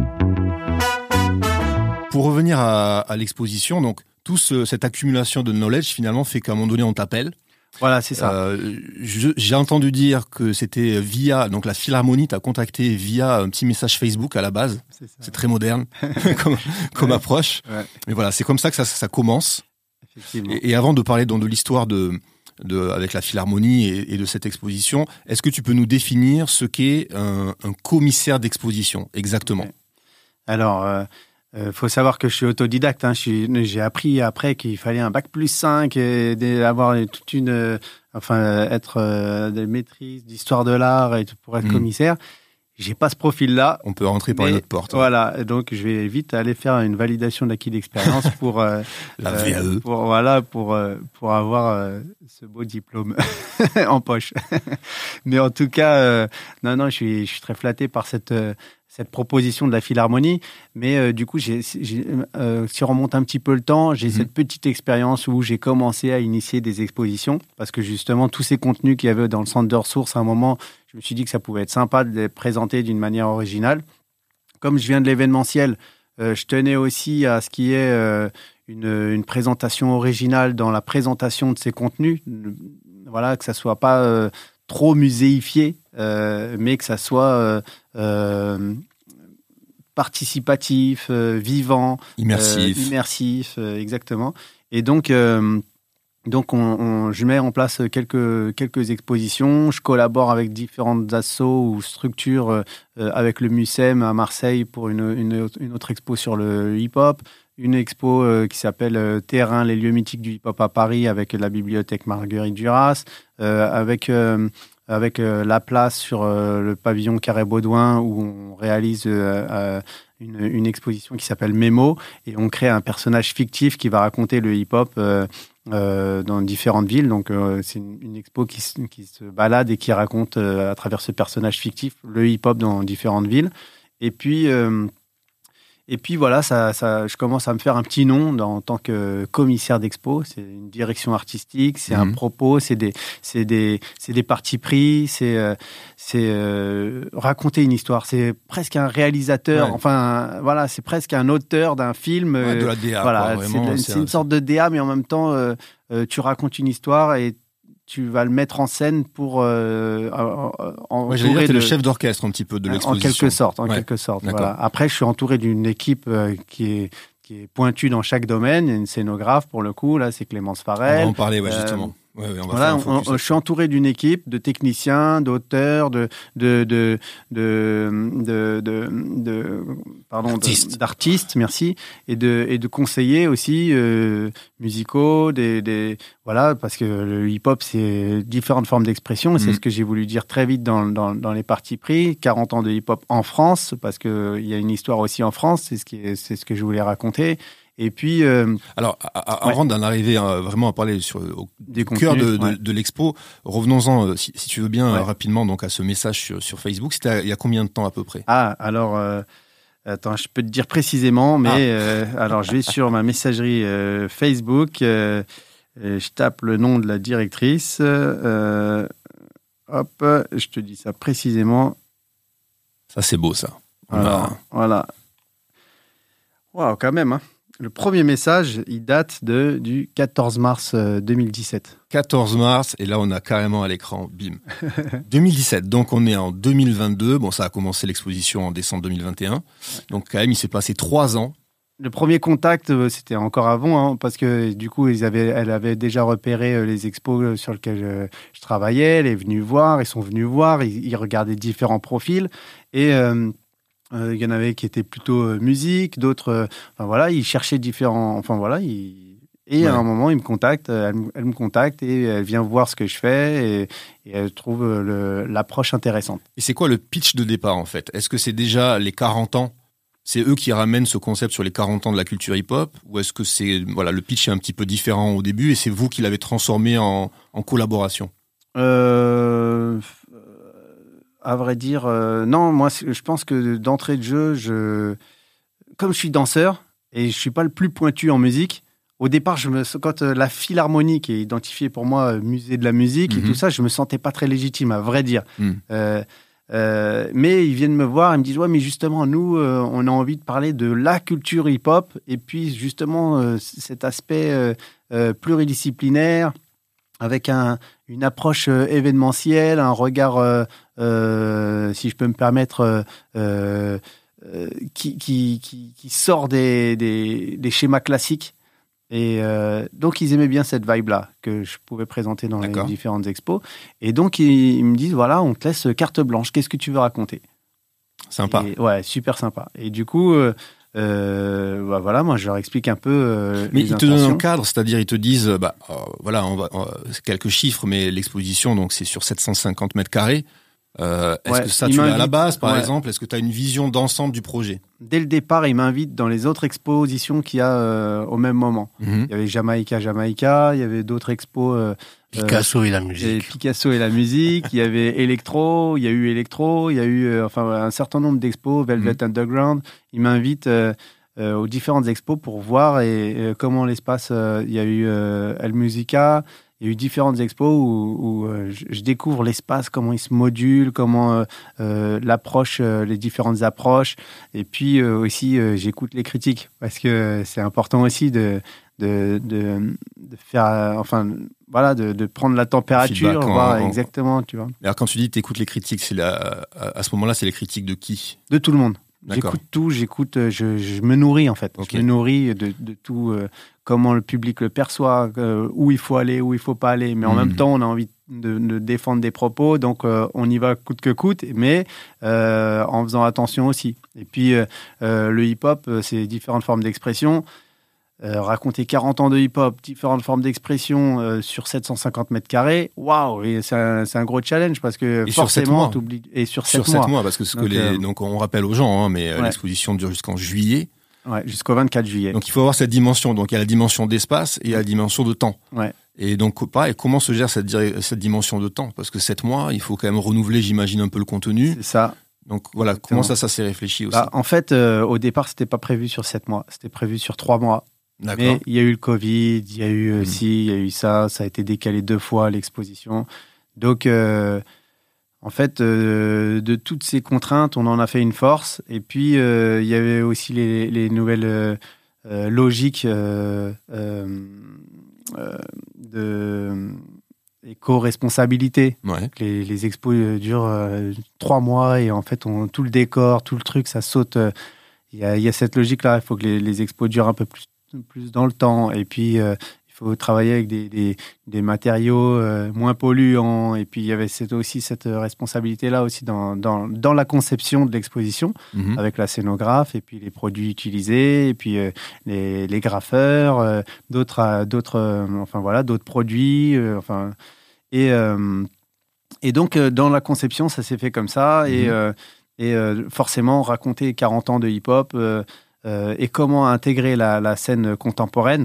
Pour revenir à, à l'exposition, donc toute ce, cette accumulation de knowledge finalement fait qu'à un moment donné on t'appelle. Voilà, c'est ça. Euh, je, j'ai entendu dire que c'était via, donc la Philharmonie t'a contacté via un petit message Facebook à la base. C'est, ça, c'est ouais. très moderne comme, comme ouais. approche. Ouais. Mais voilà, c'est comme ça que ça, ça commence. Effectivement. Et, et avant de parler donc, de l'histoire de, de, avec la Philharmonie et, et de cette exposition, est-ce que tu peux nous définir ce qu'est un, un commissaire d'exposition exactement? Okay. Alors, euh, Euh, faut savoir que je suis autodidacte. Hein. Je suis, j'ai appris après qu'il fallait un bac plus cinq et avoir toute une, euh, enfin, euh, être euh, des maîtrises d'histoire de l'art et pour être mmh. commissaire. J'ai pas ce profil-là. On peut rentrer par une autre porte. Voilà. Ouais. Donc, je vais vite aller faire une validation d'acquis d'expérience pour euh, la V A E. Euh, pour voilà, pour euh, pour avoir euh, ce beau diplôme en poche. Mais en tout cas, euh, non, non, je suis, je suis très flatté par cette. Euh, cette proposition de la Philharmonie, mais euh, du coup, j'ai, j'ai, euh, si on remonte un petit peu le temps, j'ai mmh. cette petite expérience où j'ai commencé à initier des expositions, parce que justement, tous ces contenus qu'il y avait dans le centre de ressources, à un moment, je me suis dit que ça pouvait être sympa de les présenter d'une manière originale. Comme je viens de l'événementiel, euh, je tenais aussi à ce qu'il y ait euh, une, une présentation originale dans la présentation de ces contenus, voilà, que ça soit pas euh, trop muséifié, euh, mais que ça soit euh, euh, participatif, euh, vivant, immersif, euh, immersif, euh, exactement. Et donc, euh, donc, on, on, je mets en place quelques quelques expositions. Je collabore avec différentes assos ou structures, euh, avec le MUSEM à Marseille pour une une, une autre expo sur le hip-hop. Une expo euh, qui s'appelle euh, Terrain, les lieux mythiques du hip-hop à Paris avec la bibliothèque Marguerite Duras, euh, avec euh, avec euh, la place sur euh, le pavillon Carré-Baudouin où on réalise euh, euh, une, une exposition qui s'appelle Mémo et on crée un personnage fictif qui va raconter le hip-hop euh, euh, dans différentes villes. Donc euh, c'est une, une expo qui, qui se balade et qui raconte euh, à travers ce personnage fictif le hip-hop dans différentes villes. Et puis euh, Et puis voilà, ça, ça, je commence à me faire un petit nom dans, en tant que commissaire d'expo. C'est une direction artistique, c'est mmh. un propos, c'est des, c'est des, c'est des partis pris, c'est, euh, c'est euh, raconter une histoire. C'est presque un réalisateur. Ouais. Enfin, voilà, c'est presque un auteur d'un film. Ouais, de la D A. Voilà, quoi, vraiment, c'est, de, c'est, c'est une sorte de D A, mais en même temps, euh, euh, tu racontes une histoire et tu vas le mettre en scène pour euh, en ouais, j'allais dire, t'es le chef d'orchestre un petit peu de l'exposition. En quelque sorte, en ouais. quelque sorte. Voilà. Après, je suis entouré d'une équipe euh, qui est qui est pointue dans chaque domaine. Il y a une scénographe pour le coup, là, c'est Clémence Farrell. On va en parler, ouais, justement. Euh, Ouais, ouais, on va voilà, faire un focus on, je suis entouré d'une équipe de techniciens, d'auteurs, de de de de de, de, de pardon, d'artistes. De, d'artistes, merci, et de et de conseillers aussi euh, musicaux, des des voilà, parce que le hip-hop c'est différentes formes d'expression, et mmh. c'est ce que j'ai voulu dire très vite dans dans dans les parties pris. quarante ans de hip-hop en France, parce que il y a une histoire aussi en France, c'est ce qui est, c'est ce que je voulais raconter. Et puis, euh, alors, avant ouais. d'en arriver euh, vraiment à parler sur au Des cœur contenus, de, de, ouais. de l'expo, revenons-en, euh, si, si tu veux bien, ouais. euh, rapidement, donc à ce message sur, sur Facebook. C'était à, il y a combien de temps à peu près ? Ah, alors, euh, attends, je peux te dire précisément, mais ah. euh, alors je vais sur ma messagerie euh, Facebook, euh, je tape le nom de la directrice, euh, hop, je te dis ça précisément. Ça, c'est beau, ça. Alors, a... voilà. Waouh, quand même, hein. Le premier message, il date de, du quatorze mars deux mille dix-sept. quatorze mars, et là, on a carrément à l'écran, bim. deux mille dix-sept, donc on est en deux mille vingt-deux. Bon, ça a commencé l'exposition en décembre deux mille vingt et un. Donc, quand même, il s'est passé trois ans. Le premier contact, euh, c'était encore avant, hein, parce que du coup, ils avaient, elle avait déjà repéré euh, les expos sur lesquels je, je travaillais. Elle est venue voir, ils sont venus voir, ils, ils regardaient différents profils. Et euh, euh, il y en avait qui étaient plutôt euh, musique, d'autres, euh, enfin voilà, ils cherchaient différents. Enfin voilà, ils, et ouais. à un moment, ils me contactent, elle, elle me contacte et elle vient voir ce que je fais et, et elle trouve le, l'approche intéressante. Et c'est quoi le pitch de départ en fait ? Est-ce que c'est déjà les quarante ans ? C'est eux qui ramènent ce concept sur les quarante ans de la culture hip-hop, ou est-ce que c'est voilà le pitch est un petit peu différent au début et c'est vous qui l'avez transformé en, en collaboration ? euh, À vrai dire, euh, non. Moi, je pense que d'entrée de jeu, je, comme je suis danseur et je suis pas le plus pointu en musique, au départ, je me, quand la Philharmonique est identifiée pour moi musée de la musique mm-hmm. et tout ça, je me sentais pas très légitime, à vrai dire. Mm. Euh, Euh, mais ils viennent me voir, ils me disent ouais mais justement nous euh, on a envie de parler de la culture hip-hop et puis justement euh, cet aspect euh, euh, pluridisciplinaire avec un, une approche euh, événementielle, un regard euh, euh, si je peux me permettre euh, euh, qui, qui, qui, qui sort des, des, des schémas classiques. Et euh, donc, ils aimaient bien cette vibe-là que je pouvais présenter dans D'accord. les différentes expos. Et donc, ils, ils me disent, voilà, on te laisse carte blanche. Qu'est-ce que tu veux raconter ? Sympa. Et, ouais, super sympa. Et du coup, euh, euh, bah, voilà, moi, je leur explique un peu euh, Mais les ils intentions. te donnent un cadre, c'est-à-dire ils te disent, bah, euh, voilà, on va, on, quelques chiffres, mais l'exposition, donc, c'est sur sept cent cinquante mètres carrés. Euh, est-ce ouais, que ça, tu l'as à la base, par ouais. exemple ? Est-ce que tu as une vision d'ensemble du projet ? Dès le départ, il m'invite dans les autres expositions qu'il y a euh, au même moment. Mm-hmm. Il y avait Jamaïca, Jamaïca, il y avait d'autres expos. Euh, Picasso euh, et la musique. Picasso et la musique, il y avait Electro, il y a eu Electro, il y a eu euh, enfin, un certain nombre d'expos, Velvet mm-hmm. Underground. Il m'invite euh, euh, aux différentes expos pour voir et, euh, comment l'espace. Euh, il y a eu euh, El Musica. Il y a eu différentes expos où, où euh, je découvre l'espace, comment il se module, comment euh, euh, l'approche, euh, les différentes approches. Et puis euh, aussi, euh, j'écoute les critiques parce que c'est important aussi de, de, de, de faire, euh, enfin, voilà, de, de prendre la température, voir en, exactement, tu vois. Alors quand tu dis que tu écoutes les critiques, c'est la, à ce moment-là, c'est les critiques de qui ? De tout le monde. D'accord. J'écoute tout, j'écoute, je, je me nourris en fait. Okay. Je me nourris de, de tout, euh, comment le public le perçoit, euh, où il faut aller, où il faut pas aller. Mais en mmh. même temps, on a envie de, de défendre des propos, donc euh, on y va coûte que coûte, mais euh, en faisant attention aussi. Et puis euh, euh, le hip-hop, c'est différentes formes d'expression. Euh, raconter quarante ans de hip-hop, différentes formes d'expression euh, sur sept cent cinquante mètres carrés, waouh, et c'est un, c'est un gros challenge parce que et forcément, t'oublies. Et sur sept mois. Sur sept mois, parce que ce donc, que les, euh... donc on rappelle aux gens, hein, mais ouais. l'exposition dure jusqu'en juillet. Ouais, jusqu'au vingt-quatre juillet. Donc il faut avoir cette dimension. Donc il y a la dimension d'espace et il y a la dimension de temps. Ouais. Et donc pareil, comment se gère cette, cette dimension de temps ? Parce que sept mois, il faut quand même renouveler, j'imagine, un peu le contenu. C'est ça. Donc voilà, Exactement. Comment ça, ça s'est réfléchi aussi ? Bah, en fait, euh, au départ, c'était pas prévu sur sept mois, c'était prévu sur trois mois. D'accord. Mais il y a eu le Covid, il y a eu euh, mmh. si, il y a eu ça, ça a été décalé deux fois l'exposition. Donc, euh, en fait, euh, de toutes ces contraintes, on en a fait une force. Et puis, euh, il y avait aussi les, les nouvelles euh, euh, logiques euh, euh, euh, de éco-responsabilité. Ouais. Les, les expos euh, durent euh, trois mois et en fait, on, tout le décor, tout le truc, ça saute. Il euh, y, a, y a cette logique-là. Il faut que les, les expos durent un peu plus plus dans le temps et puis euh, il faut travailler avec des, des, des matériaux euh, moins polluants et puis il y avait cette, aussi cette responsabilité là aussi dans, dans, dans la conception de l'exposition mmh. avec la scénographe et puis les produits utilisés et puis euh, les, les graffeurs euh, d'autres, euh, d'autres, euh, enfin, voilà, d'autres produits euh, enfin, et, euh, et donc euh, dans la conception ça s'est fait comme ça mmh. et, euh, et euh, forcément raconter quarante ans de hip-hop euh, Euh, et comment intégrer la, la scène contemporaine.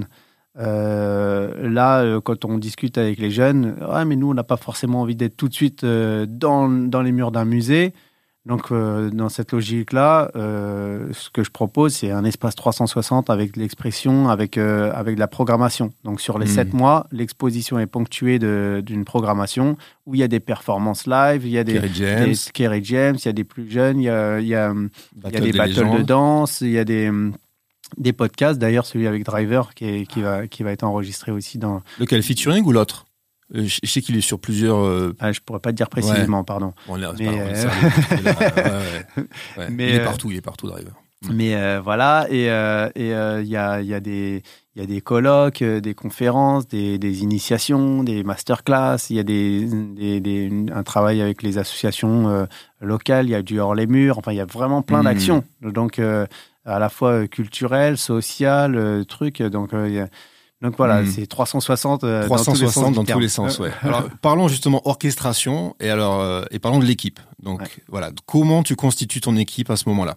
Euh, là, euh, quand on discute avec les jeunes, ah, mais nous, on n'a pas forcément envie d'être tout de suite euh, dans, dans les murs d'un musée. Donc, euh, dans cette logique-là, euh, ce que je propose, c'est un espace trois cent soixante avec l'expression, avec, euh, avec de la programmation. Donc, sur les mmh. sept mois, l'exposition est ponctuée de, d'une programmation où il y a des performances live, il y a des Kerry James, des, Kerry James, il y a des plus jeunes, il y a, il y a, il y a des battles légendes. de danse, il y a des, des podcasts. D'ailleurs, celui avec Driver qui, est, qui, va, qui va être enregistré aussi dans... Lequel, featuring ou l'autre ? Je sais qu'il est sur plusieurs. Euh... Ah, je pourrais pas te dire précisément, ouais. pardon. Bon, là, mais, euh... euh... là, ouais, ouais. Ouais. mais il est euh... partout, il est partout, Driver. Mais euh, voilà, et il euh, et, euh, y, a, y, a des, y a des colloques, euh, des conférences, des, des initiations, des masterclass, il y a des, des, des, un travail avec les associations euh, locales, il y a du hors les murs, enfin il y a vraiment plein mmh. d'actions, donc euh, à la fois culturelles, sociales, euh, trucs, donc euh, y a, donc voilà, mmh. c'est trois cent soixante, euh, trois cent soixante dans tous les sens. Dans tous les sens, ouais. Alors parlons justement orchestration et alors euh, et parlons de l'équipe. Donc ouais. voilà, comment tu constitues ton équipe à ce moment-là?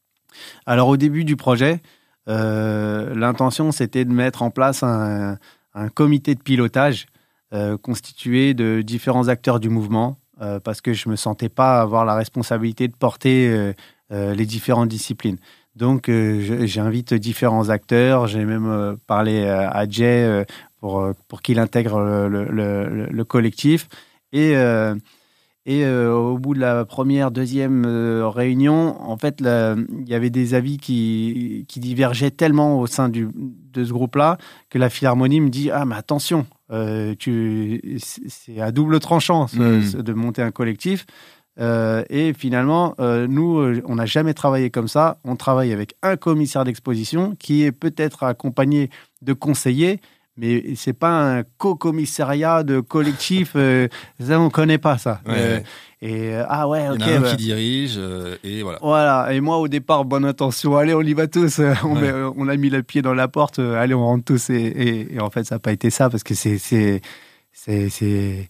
Alors au début du projet, euh, l'intention c'était de mettre en place un, un comité de pilotage euh, constitué de différents acteurs du mouvement euh, parce que je me sentais pas avoir la responsabilité de porter euh, euh, les différentes disciplines. Donc euh, j'invite différents acteurs, j'ai même euh, parlé à Jay euh, pour, pour qu'il intègre le, le, le, le collectif et euh, Et euh, au bout de la première, deuxième euh, réunion, en fait, il y avait des avis qui, qui divergeaient tellement au sein du, de ce groupe-là que la Philharmonie me dit « Ah, mais attention, euh, tu, c'est à double tranchant ce, mmh. ce, de monter un collectif. Euh, » Et finalement, euh, nous, on n'a jamais travaillé comme ça. On travaille avec un commissaire d'exposition qui est peut-être accompagné de conseillers, mais c'est pas un co-commissariat de collectif, euh, ça on connaît pas ça. Ouais, euh, ouais. Et euh, ah ouais, ok. Il y en a un bah, qui dirige euh, et voilà. Voilà. Et moi au départ, bonne intention, allez, on y va tous. On, ouais. met, on a mis le pied dans la porte, allez, on rentre tous. Et, et, et en fait, ça n'a pas été ça parce que c'est c'est c'est c'est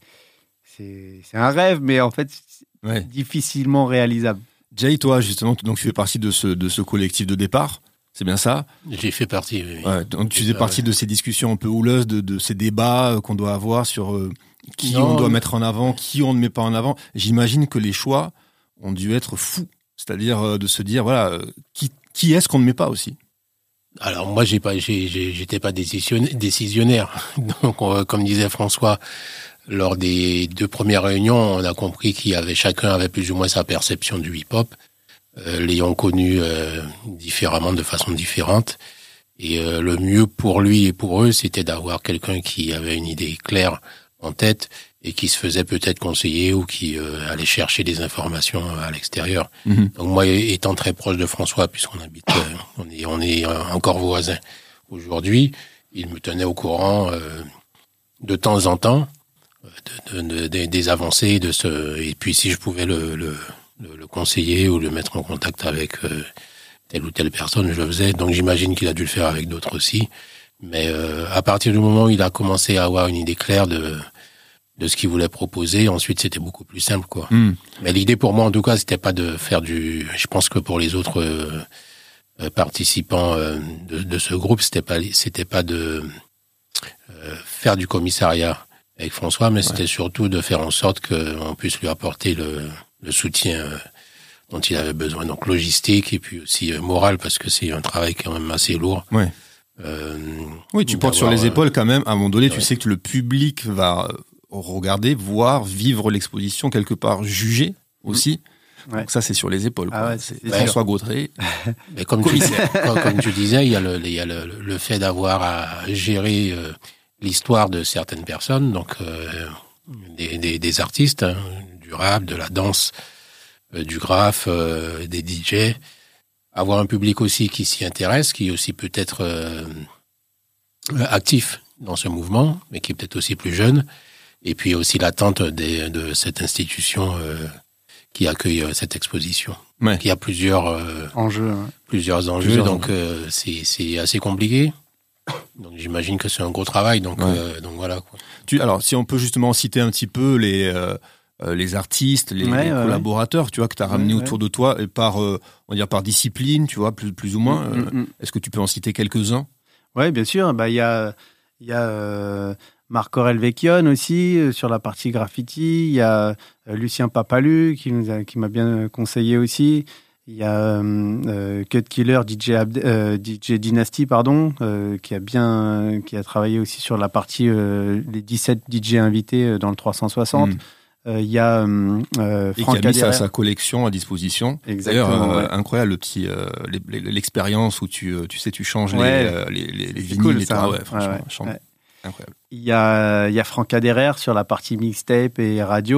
c'est, c'est un rêve, mais en fait, ouais. difficilement réalisable. Jay, toi justement, donc tu fais partie de ce de ce collectif de départ. C'est bien ça? J'ai fait partie, oui. Ouais, donc tu faisais partie ouais. de ces discussions un peu houleuses, de, de ces débats qu'on doit avoir sur euh, qui non, on doit mais... mettre en avant, qui on ne met pas en avant. J'imagine que les choix ont dû être fous. C'est-à-dire euh, de se dire, voilà, euh, qui, qui est-ce qu'on ne met pas aussi? Alors moi, j'ai pas, j'ai, j'ai, j'étais pas décisionnaire. Donc, euh, comme disait François, lors des deux premières réunions, on a compris qu'il y avait, chacun avait plus ou moins sa perception du hip-hop. Euh, l'ayant connu euh, différemment, de façon différente. Et euh, le mieux pour lui et pour eux, c'était d'avoir quelqu'un qui avait une idée claire en tête et qui se faisait peut-être conseiller ou qui euh, allait chercher des informations à l'extérieur. Mmh. Donc moi, étant très proche de François, puisqu'on habite, euh, on est, on est encore voisins aujourd'hui, il me tenait au courant euh, de temps en temps de, de, de, des avancées de ce. Et puis si je pouvais le, le Le, le conseiller ou le mettre en contact avec euh, telle ou telle personne, je le faisais. Donc j'imagine qu'il a dû le faire avec d'autres aussi. Mais euh, à partir du moment où il a commencé à avoir une idée claire de de ce qu'il voulait proposer, ensuite c'était beaucoup plus simple, quoi. Mm. Mais l'idée pour moi, en tout cas, c'était pas de faire du. Je pense que pour les autres euh, participants euh, de, de ce groupe, c'était pas c'était pas de euh, faire du commissariat avec François, mais ouais. c'était surtout de faire en sorte qu'on puisse lui apporter le le soutien dont il avait besoin, donc logistique et puis aussi moral, parce que c'est un travail quand même assez lourd. Ouais. Euh, oui, tu portes sur les épaules quand même. À un moment donné, ouais. tu sais que le public va regarder, voir, vivre l'exposition quelque part, juger aussi. Ouais. Donc ça, c'est sur les épaules. Ah ouais, c'est, c'est François Gautret. Mais comme tu disais, comme, comme tu disais, il y a le, il y a le, le fait d'avoir à gérer euh, l'histoire de certaines personnes, donc euh, des, des, des artistes. Hein, du rap, de la danse, euh, du graphe, euh, des D J, avoir un public aussi qui s'y intéresse, qui est aussi peut-être euh, actif dans ce mouvement, mais qui est peut-être aussi plus jeune, et puis aussi l'attente des, de cette institution euh, qui accueille euh, cette exposition. Ouais. Il y a plusieurs euh, enjeux, hein. plusieurs enjeux, plusieurs donc euh, c'est, c'est assez compliqué. Donc j'imagine que c'est un gros travail, donc, ouais. euh, donc voilà. Quoi. Tu, alors si on peut justement citer un petit peu les euh... Euh, les artistes, les, ouais, les ouais, collaborateurs, ouais. tu vois, que tu as ramenés ouais, autour ouais. de toi, et par, euh, on va dire par discipline, tu vois, plus, plus ou moins. Euh, mm-hmm. Est-ce que tu peux en citer quelques-uns? Oui, bien sûr. Bah, il y a, il y a euh, Marc-Aurèle Vecchione aussi, euh, sur la partie graffiti. Il y a euh, Lucien Papalu, qui, nous a, qui m'a bien conseillé aussi. Il y a euh, Cut Killer, D J, Abde, euh, D J Dynasty, pardon, euh, qui a bien, qui a travaillé aussi sur la partie, euh, les dix-sept D J invités dans le trois cent soixante. Mm. Il euh, y a euh, Franck et qui a mis sa, sa collection à disposition. Exactement. D'ailleurs, euh, ouais. incroyable le petit euh, l'expérience où tu tu sais tu changes ouais. les, euh, les les les vinyles cool, et tout. Ah ouais, franchement, ouais, ouais. incroyable. Il y a il y a Franck Aderer sur la partie mixtape et radio.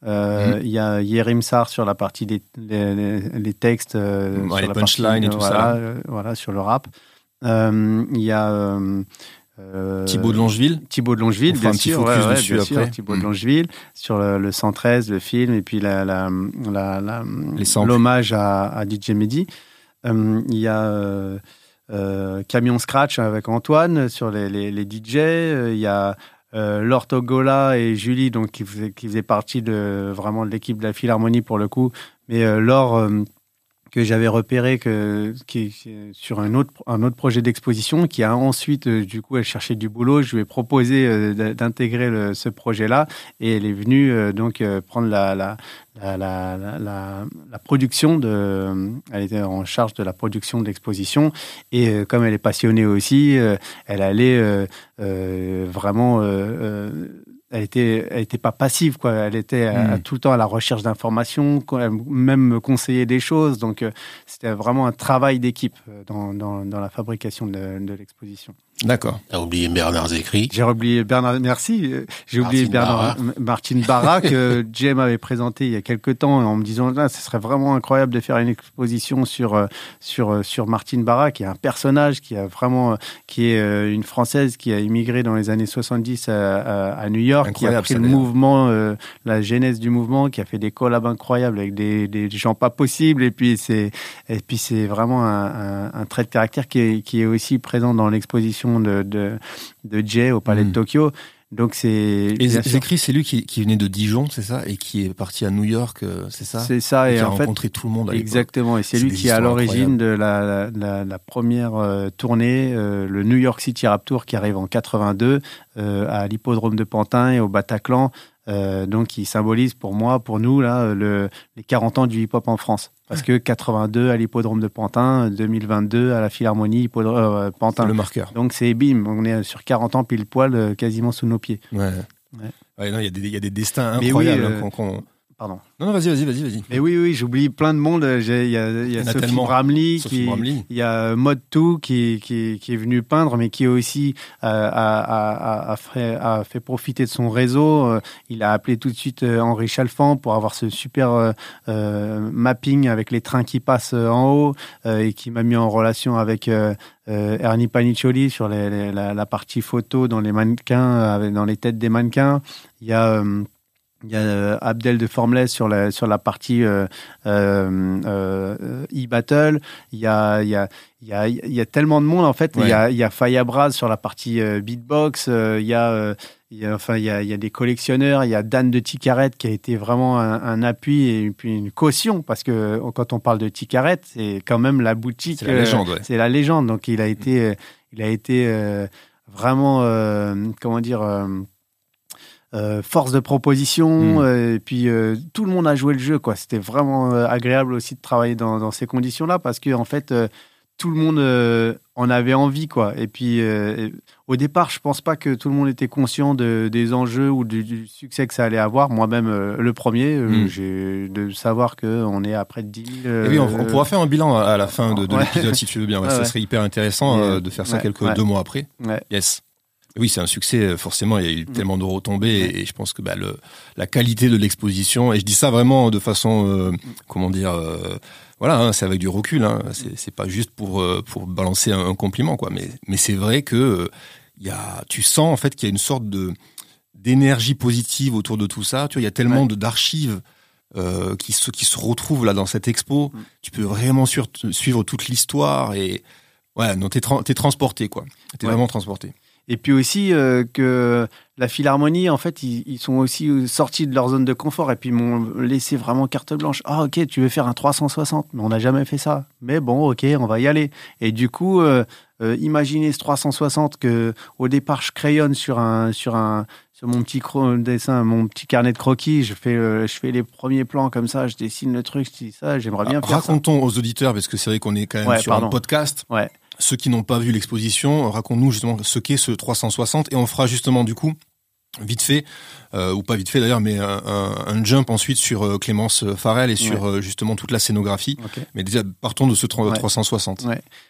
Euh, il mmh. y a Yerim Sar sur la partie des les, les, les textes, euh, ouais, sur les la punchlines et tout voilà, ça. Euh, voilà, sur le rap. Il euh, y a euh, euh, Thibaut de Longeville. Thibaut de Longeville, bien un petit sûr. focus Ouais, ouais, dessus bien après. sûr, Thibaut mmh. de Longeville sur le, le cent treize, le film, et puis la, la, la, la, l'hommage à, à D J Mehdi. Il euh, y a euh, euh, Camion Scratch avec Antoine sur les, les, les D J. Il euh, y a euh, Laure Togola et Julie, donc qui faisaient, qui faisaient partie de vraiment de l'équipe de la Philharmonie pour le coup. Mais euh, Laure euh, que j'avais repéré que, qui, sur un autre, un autre projet d'exposition, qui a ensuite, euh, du coup, elle cherchait du boulot. Je lui ai proposé euh, d'intégrer le, ce projet-là et elle est venue euh, donc euh, prendre la, la, la, la, la, la production. De, elle était en charge de la production de l'exposition et euh, comme elle est passionnée aussi, euh, elle allait euh, euh, vraiment... Euh, euh, Elle était, elle était pas passive, quoi. Elle était mmh. à, tout le temps à la recherche d'informations, même me conseiller des choses. Donc, euh, c'était vraiment un travail d'équipe dans, dans, dans la fabrication de, de l'exposition. D'accord. T'as oublié Bernard Zécry. J'ai oublié Bernard, merci. J'ai oublié Bernard, Martine Barra que Jay m'avait présenté il y a quelques temps en me disant, ah, ce serait vraiment incroyable de faire une exposition sur, sur, sur Martine Barra, qui est un personnage qui a vraiment, qui est une Française qui a immigré dans les années soixante-dix à, à, à New York, incroyable, qui a pris le mouvement, euh, la genèse du mouvement, qui a fait des collabs incroyables avec des, des gens pas possibles. Et puis c'est, et puis c'est vraiment un, un, un trait de caractère qui est, qui est aussi présent dans l'exposition de, de, de Jay au Palais mmh. de Tokyo. Donc c'est... Et Zécry, c'est lui qui, qui venait de Dijon, c'est ça? Et qui est parti à New York, c'est ça? C'est ça. Et, et qui en a fait, rencontré tout le monde à l'époque. Exactement. Et c'est, c'est lui qui est à l'origine de la, la, la première euh, tournée, euh, le New York City Rap Tour, qui arrive en quatre-vingt-deux euh, à l'hippodrome de Pantin et au Bataclan. Euh, donc, qui symbolise pour moi, pour nous, là, le, les quarante ans du hip-hop en France. Parce que quatre-vingt-deux à l'hippodrome de Pantin, deux mille vingt-deux à la Philharmonie hippodrome, euh, Pantin. C'est le marqueur. Donc, c'est bim, on est sur quarante ans pile poil, euh, quasiment sous nos pieds. Ouais. Ouais. Ouais, non, il y a des, il y a des destins incroyables. Oui, euh, hein, qu'on, qu'on... Pardon. Non, non, vas-y, vas-y, vas-y, vas-y. Mais oui, oui, j'oublie plein de monde. Il y a, il y a, il y a Sophie Bramley, qui, il y a Mod deux qui, qui, qui est venu peindre, mais qui aussi euh, a, a, a, fait, a fait profiter de son réseau. Il a appelé tout de suite Henri Chalfant pour avoir ce super euh, euh, mapping avec les trains qui passent en haut euh, et qui m'a mis en relation avec euh, euh, Ernie Paniccioli sur les, les, la, la partie photo dans les mannequins, avec, dans les têtes des mannequins. Il y a... Euh, Il y a euh, Abdel de Formless sur la, sur la partie euh, euh, euh, e-battle. Il y a, il y, a, il, y a, il y a tellement de monde, en fait. Ouais. Il y a, il y a Fayabraz sur la partie euh, beatbox. Euh, il, y a, euh, il, y a, enfin, il, y a, il y a des collectionneurs. Il y a Dan de Ticaret qui a été vraiment un, un appui et puis une caution. Parce que quand on parle de Ticaret, c'est quand même la boutique. C'est la légende, ouais. Euh, c'est la légende. Donc, il a été, euh, il a été euh, vraiment, euh, comment dire... Euh, Euh, force de proposition, mmh. euh, et puis euh, tout le monde a joué le jeu, quoi. C'était vraiment euh, agréable aussi de travailler dans, dans ces conditions-là, parce que en fait, euh, tout le monde euh, en avait envie, quoi. Et puis, euh, au départ, je pense pas que tout le monde était conscient de, des enjeux ou du, du succès que ça allait avoir. Moi-même, euh, le premier, euh, mmh. j'ai de savoir qu'on est à près de dix mille. Euh, et oui, on, on pourra faire un bilan à la fin de, de ouais. l'épisode, si tu veux bien. Ouais, ouais, ça ouais. serait hyper intéressant euh, de faire ça ouais, quelques ouais. deux mois après. Ouais. Yes. Oui, c'est un succès, forcément, il y a eu tellement de retombées et, et je pense que bah, le, la qualité de l'exposition, et je dis ça vraiment de façon, euh, comment dire, euh, voilà, hein, c'est avec du recul, hein, c'est, c'est pas juste pour, euh, pour balancer un, un compliment, quoi, mais, mais c'est vrai que euh, y a, tu sens en fait qu'il y a une sorte de, d'énergie positive autour de tout ça, tu vois, il y a tellement ouais. de, d'archives euh, qui, se, qui se retrouvent là dans cette expo, mm. tu peux vraiment sur, suivre toute l'histoire et ouais, non, t'es, tra- t'es transporté, quoi, t'es ouais. vraiment transporté. Et puis aussi euh, que la Philharmonie, en fait, ils, ils sont aussi sortis de leur zone de confort et puis ils m'ont laissé vraiment carte blanche. Ah, ok, tu veux faire un trois cent soixante, mais on n'a jamais fait ça. Mais bon, ok, on va y aller. Et du coup, euh, euh, imaginez ce trois cent soixante que au départ je crayonne sur un sur un sur mon petit cro- dessin, mon petit carnet de croquis. Je fais euh, je fais les premiers plans comme ça, je dessine le truc, je dis ça, j'aimerais bien ah, faire racontons ça. Racontons aux auditeurs, parce que c'est vrai qu'on est quand même ouais, sur pardon. un podcast. Ouais. Ceux qui n'ont pas vu l'exposition, raconte-nous justement ce qu'est ce trois cent soixante et on fera justement du coup, vite fait, euh, ou pas vite fait d'ailleurs, mais un, un, un jump ensuite sur euh, Clémence Farrell et sur ouais. euh, justement toute la scénographie. Okay. Mais déjà, partons de ce trois cent soixante. Ouais.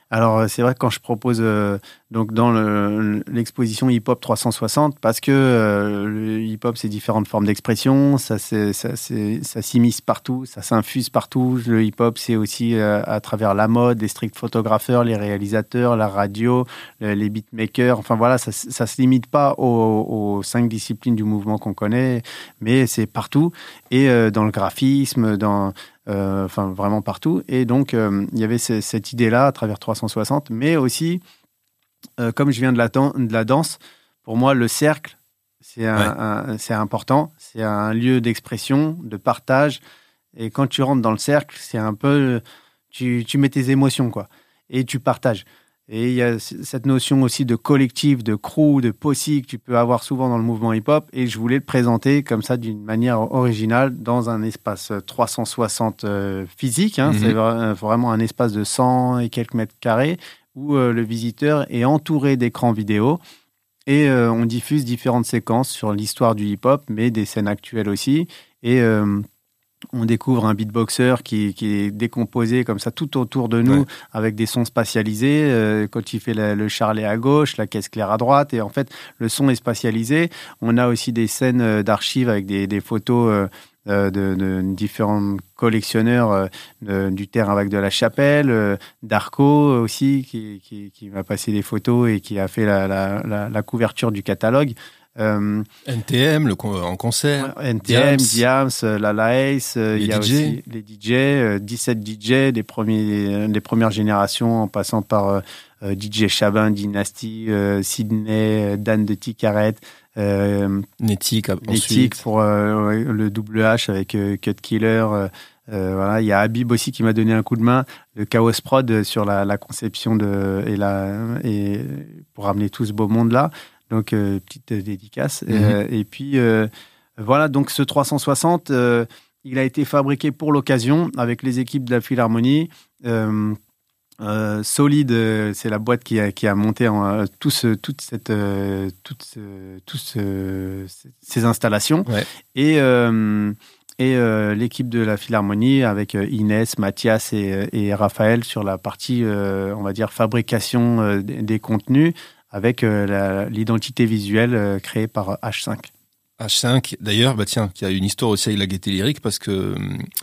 Alors, c'est vrai que quand je propose euh, donc dans le, l'exposition hip-hop trois cent soixante, parce que euh, le hip-hop, c'est différentes formes d'expression, ça, c'est, ça, c'est, ça s'immisce partout, ça s'infuse partout. Le hip-hop, c'est aussi euh, à travers la mode, les street photographeurs, les réalisateurs, la radio, les beatmakers. Enfin, voilà, ça ne se limite pas aux, aux cinq disciplines du mouvement qu'on connaît, mais c'est partout. Et euh, dans le graphisme, dans... Euh, enfin vraiment partout, et donc euh, il y avait c- cette idée-là à travers trois cent soixante, mais aussi euh, comme je viens de la, tan- de la danse, pour moi le cercle c'est, un, ouais. un, c'est important, c'est un lieu d'expression, de partage, et quand tu rentres dans le cercle, c'est un peu tu, tu mets tes émotions quoi, et tu partages. Et il y a cette notion aussi de collectif, de crew, de posse que tu peux avoir souvent dans le mouvement hip-hop. Et je voulais le présenter comme ça d'une manière originale dans un espace trois cent soixante euh, physique. Hein. Mm-hmm. C'est vraiment un espace de cent et quelques mètres carrés où euh, le visiteur est entouré d'écrans vidéo. Et euh, on diffuse différentes séquences sur l'histoire du hip-hop, mais des scènes actuelles aussi. Et... Euh, on découvre un beatboxer qui, qui est décomposé comme ça tout autour de nous, ouais. avec des sons spatialisés. Euh, quand il fait la, le charlet à gauche, la caisse claire à droite, et en fait, le son est spatialisé. On a aussi des scènes d'archives avec des, des photos euh, de, de différents collectionneurs euh, de, du Terre-Vague de la Chapelle, euh, d'Arco aussi, qui, qui, qui m'a passé des photos et qui a fait la, la, la, la couverture du catalogue. Euh, N T M le con- en concert, N T M, Diams, Lala Ace, il y a D J. aussi les D J, euh, dix-sept D J, les premiers, les premières générations, en passant par euh, D J Chabin, Dynasty, euh, Sydney, Dan de Ticaret, euh, Netic, Netic pour euh, le double H avec euh, Cut Killer. Euh, euh, voilà, il y a Habib aussi qui m'a donné un coup de main, le Chaos Prod sur la, la conception de et la et pour ramener tout ce beau monde là. Donc, euh, petite dédicace. Mmh. Euh, et puis, euh, voilà, donc ce trois cent soixante, euh, il a été fabriqué pour l'occasion avec les équipes de la Philharmonie. Euh, euh, Solid, euh, c'est la boîte qui a, qui a monté en, euh, tout ce, toute cette, euh, toute ce, tout ce, ces installations. Ouais. Et, euh, et euh, l'équipe de la Philharmonie avec euh, Inès, Mathias et, et Raphaël sur la partie, euh, on va dire, fabrication euh, des, des contenus, avec euh, la, l'identité visuelle euh, créée par H cinq. H cinq, d'ailleurs, bah tiens, qui a une histoire aussi avec la Gaieté Lyrique, parce que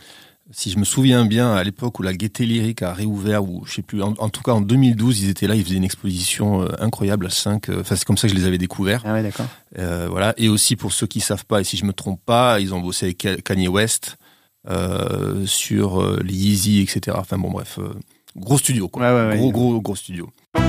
si je me souviens bien, à l'époque où la Gaieté Lyrique a réouvert, ou je sais plus, en, en tout cas en deux mille douze, ils étaient là, ils faisaient une exposition euh, incroyable, H cinq. Enfin, euh, c'est comme ça que je les avais découverts. Ah ouais, d'accord. Euh, voilà. Et aussi pour ceux qui savent pas, et si je me trompe pas, ils ont bossé avec Kanye West euh, sur euh, les Yeezy, et cetera. Enfin bon, bref, euh, gros studio, quoi. Ouais, ouais, ouais, gros, ouais. gros, gros studio.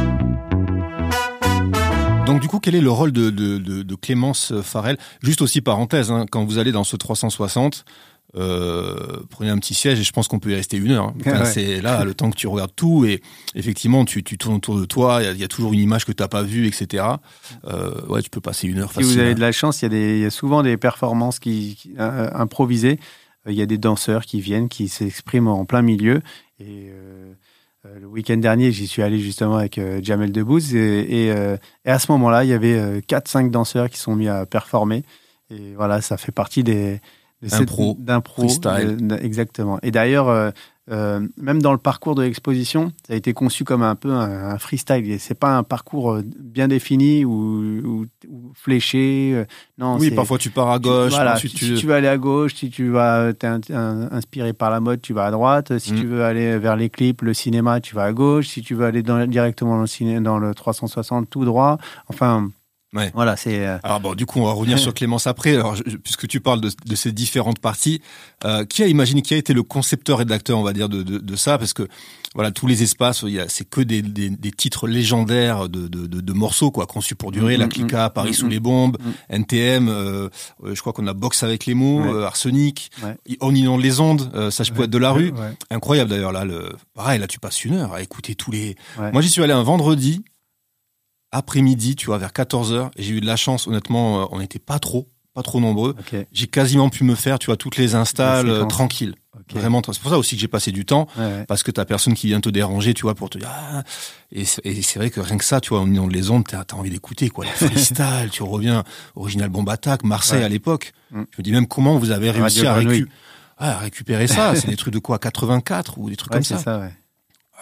Donc du coup, quel est le rôle de, de, de, de Clémence Farel ? Juste aussi parenthèse, hein, quand vous allez dans ce trois cent soixante, euh, prenez un petit siège et je pense qu'on peut y rester une heure. Hein. Enfin, ouais. C'est là le temps que tu regardes tout et effectivement tu, tu tournes autour de toi, il y, y a toujours une image que tu n'as pas vue, et cetera. Euh, ouais, tu peux passer une heure si facile. Si vous avez de la chance, il y a des, il y a souvent des performances qui, qui euh, improvisées. Il y a des danseurs qui viennent, qui s'expriment en plein milieu et euh, Euh, le week-end dernier, j'y suis allé justement avec euh, Jamel Debbouze et, et, euh, et à ce moment-là, il y avait euh, quatre cinq danseurs qui sont mis à performer. Et voilà, ça fait partie des... De d'impro, cette, d'impro, freestyle. De, de, exactement. Et d'ailleurs, euh, euh, même dans le parcours de l'exposition, ça a été conçu comme un peu un, un freestyle. Et c'est pas un parcours bien défini ou, ou, ou fléché. Euh, non, oui, c'est, parfois tu pars à gauche. Tu, voilà, ensuite si, tu... si tu veux aller à gauche, si tu vas t'es un, un, inspiré par la mode, tu vas à droite. Si mm. tu veux aller vers les clips, le cinéma, tu vas à gauche. Si tu veux aller dans, directement dans le, ciné, dans le trois cent soixante, tout droit. Enfin... Ouais. Voilà, c'est. Euh... Alors bon, du coup, on va revenir sur Clémence après. Alors, je, puisque tu parles de, de ces différentes parties, euh, qui a imaginé, qui a été le concepteur rédacteur, on va dire, de, de, de ça, parce que voilà, tous les espaces, il y a, c'est que des, des, des titres légendaires de, de, de, de morceaux, quoi, conçus pour durer. Mmh, La Clica, mmh, Paris mmh, sous les bombes, mmh. N T M. Euh, je crois qu'on a Box avec les mots, ouais. euh, Arsenic, ouais. On inonde les ondes, euh, Sage ouais. Poète de la rue. Ouais. Incroyable d'ailleurs là. Le, pareil, là, tu passes une heure à écouter tous les. Ouais. Moi, j'y suis allé un vendredi. Après-midi, tu vois, vers quatorze heures, et j'ai eu de la chance, honnêtement, on n'était pas trop, pas trop nombreux. Okay. J'ai quasiment pu me faire, tu vois, toutes les installs euh, tranquilles. Okay. Vraiment, c'est pour ça aussi que j'ai passé du temps, ouais, ouais. parce que t'as personne qui vient te déranger, tu vois, pour te dire, ah, et c'est, et c'est vrai que rien que ça, tu vois, au milieu de les ondes, t'as, t'as envie d'écouter, quoi, les freestyle, tu reviens, Original Bomb Attack, Marseille ouais. à l'époque. Mm. Je me dis même comment vous avez réussi à, récu- ah, à récupérer ça, c'est des trucs de quoi, quatre-vingt-quatre ou des trucs ouais, comme c'est ça. ça ouais.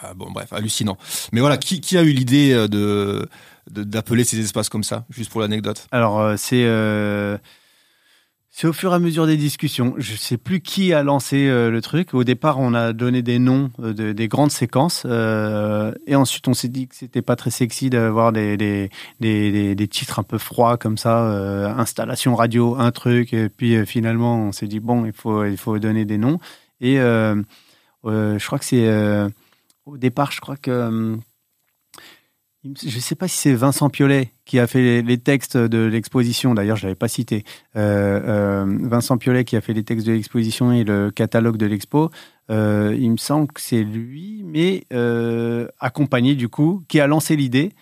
Ah, bon, bref, hallucinant. Mais voilà, qui, qui a eu l'idée de, de d'appeler ces espaces comme ça, juste pour l'anecdote? Alors, euh, c'est euh, c'est au fur et à mesure des discussions. Je sais plus qui a lancé euh, le truc. Au départ, on a donné des noms euh, de, des grandes séquences, euh, et ensuite on s'est dit que c'était pas très sexy d'avoir des des des, des, des titres un peu froids comme ça, euh, installation radio, un truc. Et puis euh, finalement, on s'est dit bon, il faut il faut donner des noms. Et euh, euh, je crois que c'est euh, au départ, je crois que euh, je ne sais pas si c'est Vincent Piolet qui a fait les, les textes de l'exposition. D'ailleurs, je ne l'avais pas cité. Euh, euh, Vincent Piolet qui a fait les textes de l'exposition et le catalogue de l'expo. Euh, il me semble que c'est lui, mais euh, accompagné du coup, qui a lancé l'idée.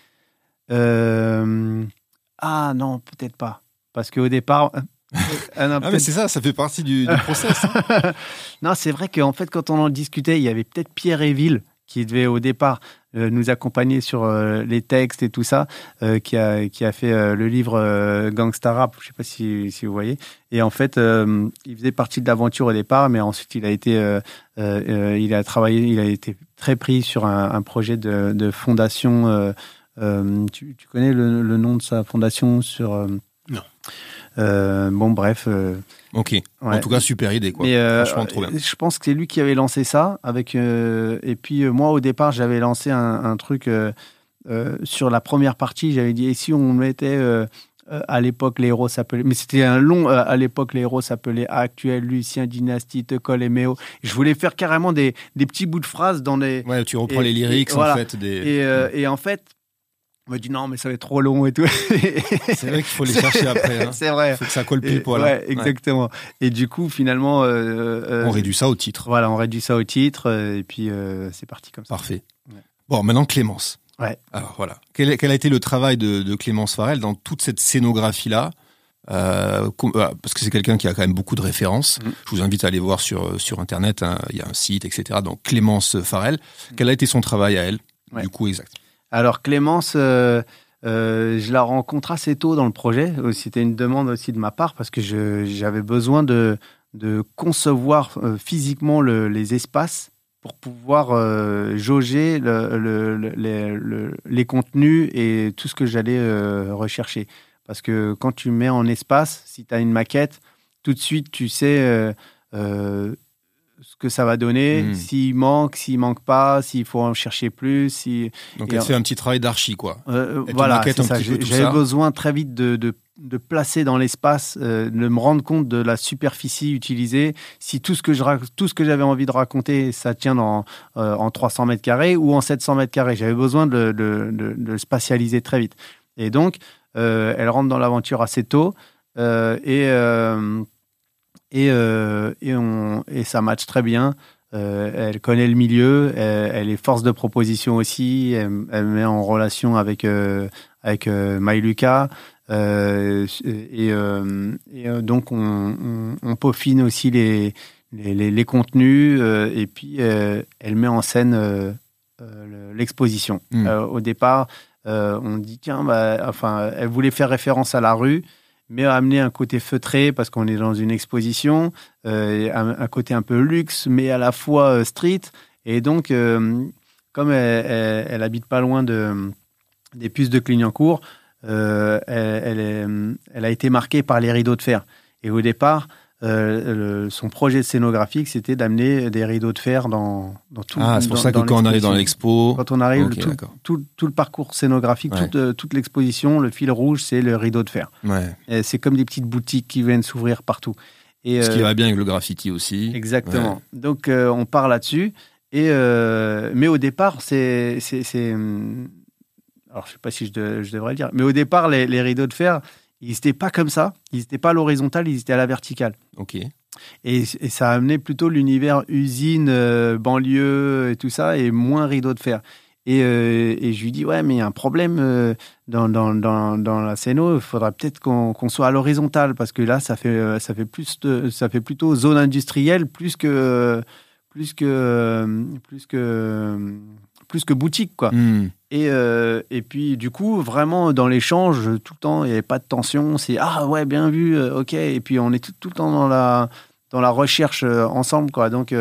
Euh, ah non, peut-être pas. Parce qu'au départ... ah, non, ah mais c'est ça, ça fait partie du, du process. Hein. Non, c'est vrai qu'en fait, quand on en discutait, il y avait peut-être Pierre Éville qui devait au départ euh, nous accompagner sur euh, les textes et tout ça, euh, qui a qui a fait euh, le livre euh, Gangsta Rap, je sais pas si si vous voyez. Et en fait, euh, il faisait partie de l'aventure au départ, mais ensuite il a été euh, euh, il a travaillé, il a été très pris sur un, un projet de, de fondation. Euh, euh, tu, tu connais le, le nom de sa fondation sur euh, Non. Euh, bon, bref. Euh, ok. Ouais. En tout cas, super idée, quoi. Mais, euh, franchement, trop bien. Je pense que c'est lui qui avait lancé ça. Avec, euh, et puis, euh, moi, au départ, j'avais lancé un, un truc euh, euh, sur la première partie. J'avais dit, et si on mettait. Euh, à l'époque, les héros s'appelaient. Mais c'était un long. Euh, à l'époque, les héros s'appelaient Actuel, Lucien, Dynastie, Tecol et Méo. Je voulais faire carrément des, des petits bouts de phrases dans des. Ouais, tu reprends et, les lyrics, et, en voilà. fait. Des... Et, euh, et en fait. On me dit non, mais ça va être trop long et tout. C'est vrai qu'il faut les chercher après. Hein. C'est vrai. Il faut que ça colle pile poil. Ouais, exactement. Ouais. Et du coup, finalement. Euh, euh, on réduit ça au titre. Voilà, on réduit ça au titre. Euh, et puis, euh, c'est parti comme ça. Parfait. Ouais. Bon, maintenant, Clémence. Ouais. Alors, voilà. Quel, quel a été le travail de, de Clémence Farel dans toute cette scénographie-là euh, parce que c'est quelqu'un qui a quand même beaucoup de références. Mmh. Je vous invite à aller voir sur, sur Internet. Hein, il y a un site, et cetera. Donc, Clémence Farel. Mmh. Quel a été son travail à elle, ouais. du coup, exact? Alors Clémence, euh, euh, je la rencontre assez tôt dans le projet. C'était une demande aussi de ma part parce que je, j'avais besoin de, de concevoir euh, physiquement le, les espaces pour pouvoir euh, jauger le, le, le, le, le, les contenus et tout ce que j'allais euh, rechercher. Parce que quand tu mets en espace, si tu as une maquette, tout de suite tu sais... Euh, euh, ce que ça va donner, mmh. s'il manque, s'il manque pas, s'il faut en chercher plus. Si... Donc, elle et fait un petit travail d'archi, quoi. Euh, voilà, c'est ça. J'ai, j'avais ça. besoin très vite de, de, de placer dans l'espace, euh, de me rendre compte de la superficie utilisée. Si tout ce que, je, tout ce que j'avais envie de raconter, ça tient dans, euh, en trois cents mètres carrés ou en sept cents mètres carrés. J'avais besoin de, de, de, de le spatialiser très vite. Et donc, euh, elle rentre dans l'aventure assez tôt. Euh, et... Euh, Et, euh, et, on, et ça match très bien. Euh, elle connaît le milieu, elle, elle est force de proposition aussi. Elle, elle met en relation avec, euh, avec euh, Maïluka. Euh, et, euh, et donc, on, on, on peaufine aussi les, les, les, les contenus. Euh, et puis, euh, elle met en scène euh, euh, l'exposition. Mmh. Euh, au départ, euh, on dit, tiens, bah, enfin, elle voulait faire référence à la rue, mais amener un côté feutré parce qu'on est dans une exposition, euh, un, un côté un peu luxe, mais à la fois euh, street. Et donc, euh, comme elle, elle, elle habite pas loin de, des puces de Clignancourt, euh, elle, elle, est, elle a été marquée par les rideaux de fer. Et au départ, euh, le, son projet scénographique, c'était d'amener des rideaux de fer dans, dans tout. Ah, c'est pour dans, ça que quand on allait dans l'expo... Quand on arrive, okay, tout, tout, tout le parcours scénographique, ouais. toute, euh, toute l'exposition, le fil rouge, c'est le rideau de fer. Ouais. Et c'est comme des petites boutiques qui viennent s'ouvrir partout. Et, Ce euh, qui va bien avec le graffiti aussi. Exactement. Ouais. Donc, euh, on part là-dessus. Et, euh, mais au départ, c'est... c'est, c'est alors, je ne sais pas si je, de, je devrais le dire, mais au départ, les, les rideaux de fer... Ils n'étaient pas comme ça, ils n'étaient pas à l'horizontale, ils étaient à la verticale. Ok. Et, et ça a amené plutôt l'univers usine, euh, banlieue et tout ça, et moins rideau de fer. Et, euh, et je lui dis, ouais, mais il y a un problème euh, dans, dans, dans, dans la scéno, il faudrait peut-être qu'on, qu'on soit à l'horizontale, parce que là, ça fait, ça fait, plus de, ça fait plutôt zone industrielle, plus que, plus que, plus que, plus que boutique, quoi. Mm. Et, euh, et puis, du coup, vraiment, dans l'échange, tout le temps, il n'y avait pas de tension. C'est « Ah, ouais, bien vu, euh, ok ». Et puis, on est tout, tout le temps dans la, dans la recherche euh, ensemble, quoi. Donc, euh,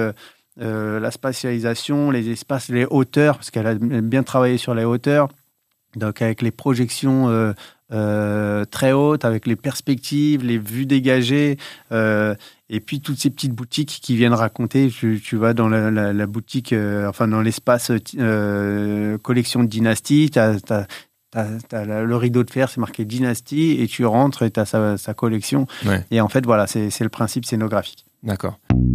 euh, la spatialisation, les espaces, les hauteurs, parce qu'elle a bien travaillé sur les hauteurs, donc avec les projections euh, euh, très hautes, avec les perspectives, les vues dégagées, euh, et puis toutes ces petites boutiques qui viennent raconter. Tu, tu vas dans la, la, la boutique, euh, enfin dans l'espace euh, collection de dynastie, t'as, t'as, t'as, t'as le rideau de fer, c'est marqué dynastie, et tu rentres et t'as sa, sa collection. Ouais. Et en fait, voilà, c'est, c'est le principe scénographique. D'accord.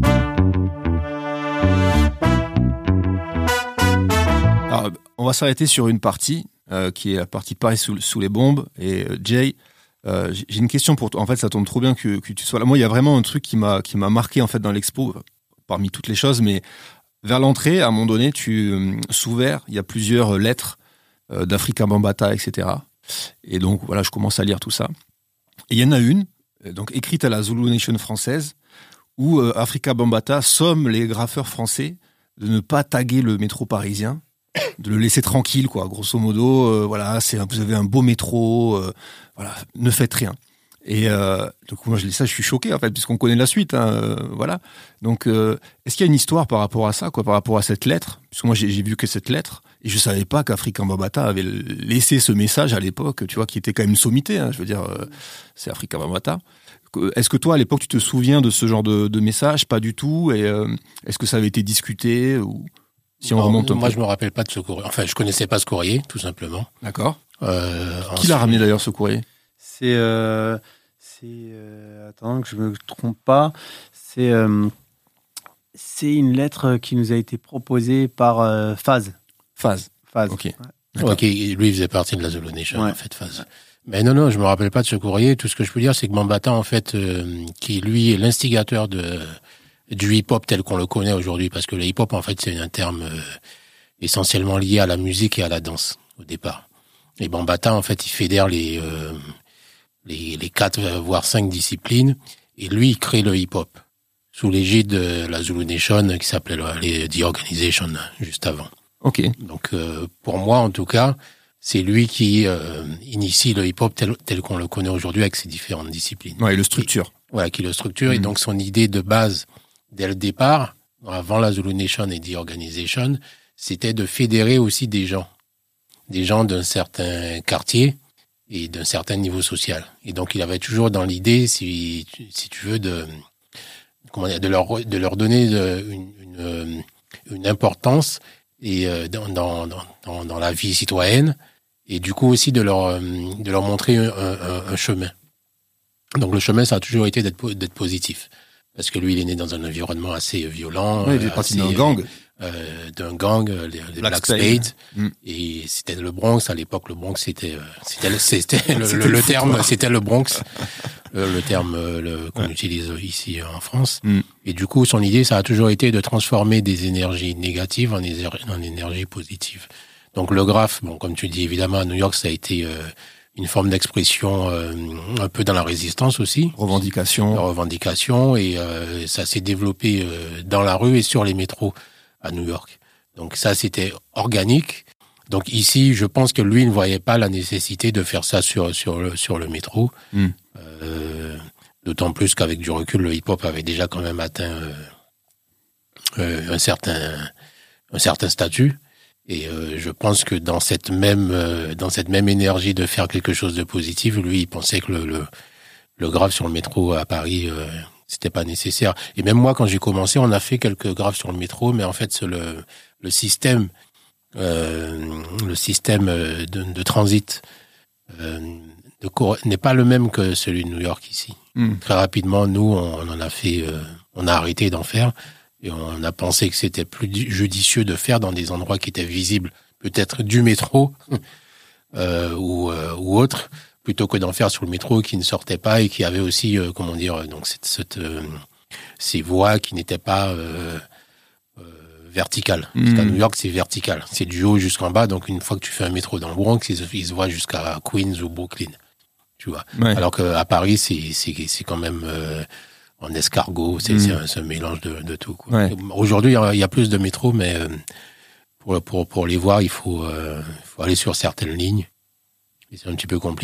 Alors, on va s'arrêter sur une partie euh, qui est la partie de Paris sous, sous les bombes. Et euh, Jay, euh, j'ai une question pour toi. En fait, ça tombe trop bien que, que tu sois là. Moi, il y a vraiment un truc qui m'a, qui m'a marqué en fait dans l'expo, parmi toutes les choses. Mais vers l'entrée, à un moment donné, tu euh, sous verre, il y a plusieurs lettres euh, d'Afrika Bambaataa, et cetera. Et donc voilà, je commence à lire tout ça. Et il y en a une, donc écrite à la Zulu Nation française, où euh, Afrika Bambaataa somme les graffeurs français de ne pas taguer le métro parisien, de le laisser tranquille, quoi. Grosso modo, euh, voilà, c'est un, vous avez un beau métro, euh, voilà, ne faites rien. Et euh, donc moi je lis ça, je suis choqué en fait, puisqu'on connaît la suite, hein, euh, voilà. Donc euh, est-ce qu'il y a une histoire par rapport à ça, quoi, par rapport à cette lettre? Parce que moi j'ai, j'ai vu que cette lettre, et je savais pas qu'Afrika Bambaataa avait laissé ce message à l'époque, tu vois, qui était quand même une sommité. Hein, je veux dire, euh, c'est Afrika Bambaataa. Est-ce que toi, à l'époque, tu te souviens de ce genre de, de message? Pas du tout. Et euh, est-ce que ça avait été discuté ou si on non, remonte un moi, peu. je me rappelle pas de ce courrier. Enfin, je connaissais pas ce courrier, tout simplement. D'accord. Euh, Qui ensuite... l'a ramené d'ailleurs ce courrier? C'est, euh, c'est, euh, attends que je me trompe pas. C'est, euh, c'est une lettre qui nous a été proposée par euh, Phase. Phase. Phase. Ok. Ouais. Ok, lui il faisait partie de la Zulu Nation, Ouais. en fait, Phase. Mais non, non, je me rappelle pas de ce courrier. Tout ce que je peux dire, c'est que Bambaataa, en fait, euh, qui lui est l'instigateur de du hip-hop tel qu'on le connaît aujourd'hui, parce que le hip-hop, en fait, c'est un terme euh, essentiellement lié à la musique et à la danse au départ. Et Bambaataa, en fait, il fédère les euh, les, les quatre voire cinq disciplines, et lui, il crée le hip-hop sous l'égide de la Zulu Nation qui s'appelait les The Organization juste avant. Ok. Donc, euh, pour moi, en tout cas, c'est lui qui euh, initie le hip-hop tel, tel qu'on le connaît aujourd'hui avec ses différentes disciplines. Ouais, et le structure. Et, voilà, qui le structure. Mmh. Et donc, son idée de base, dès le départ, avant la Zulu Nation et The Organization, c'était de fédérer aussi des gens. Des gens d'un certain quartier et d'un certain niveau social. Et donc, il avait toujours dans l'idée, si, si tu veux, de, comment dire, de leur, de leur donner une, une, une importance et dans, dans, dans, dans la vie citoyenne, et du coup aussi de leur, de leur montrer un, un, un chemin. Donc le chemin, ça a toujours été d'être, d'être positif. Parce que lui, il est né dans un environnement assez violent. Oui, il est parti d'un gang. Euh, d'un gang, les, les Black, Black Spade. Spade. Mm. Et c'était le Bronx. À l'époque, le Bronx, c'était, c'était, le, c'était le, c'était le, le terme, c'était le Bronx. le, le terme le, qu'on ouais. utilise ici en France. Mm. Et du coup, son idée, ça a toujours été de transformer des énergies négatives en, en énergies positives. Donc le graphe, bon, comme tu dis, évidemment, à New York, ça a été euh, une forme d'expression euh, un peu dans la résistance aussi. Revendication. La revendication, et euh, ça s'est développé euh, dans la rue et sur les métros à New York. Donc ça, c'était organique. Donc ici, je pense que lui ne voyait pas la nécessité de faire ça sur sur le sur le métro. Mm. Euh, d'autant plus qu'avec du recul, le hip-hop avait déjà quand même atteint euh, euh, un certain un certain statut. Et euh, je pense que dans cette même euh, dans cette même énergie de faire quelque chose de positif, lui, il pensait que le le, le graphe sur le métro à Paris, euh, c'était pas nécessaire. Et même moi, quand j'ai commencé, on a fait quelques graphes sur le métro, mais en fait, c'est le le système euh, le système de, de transit euh, de, n'est pas le même que celui de New York ici. Mm. Très rapidement, nous, on, on en a fait, euh, on a arrêté d'en faire. Et on a pensé que c'était plus judicieux de faire dans des endroits qui étaient visibles, peut-être du métro euh, ou, euh, ou autre, plutôt que d'en faire sur le métro qui ne sortait pas et qui avait aussi, euh, comment dire, donc cette, cette, euh, ces voies qui n'étaient pas euh, euh, verticales. Mmh. Parce qu'à New York, c'est vertical. C'est du haut jusqu'en bas. Donc, une fois que tu fais un métro dans le Bronx, il se, il se voit jusqu'à Queens ou Brooklyn. Tu vois. Ouais. Alors qu'à Paris, c'est, c'est, c'est quand même... Euh, en escargot, c'est, mmh. c'est, un, c'est un mélange de, de tout. Quoi. Ouais. Aujourd'hui, il y, y a plus de métros, mais euh, pour, pour, pour les voir, il faut, euh, faut aller sur certaines lignes. Et c'est un petit peu compliqué.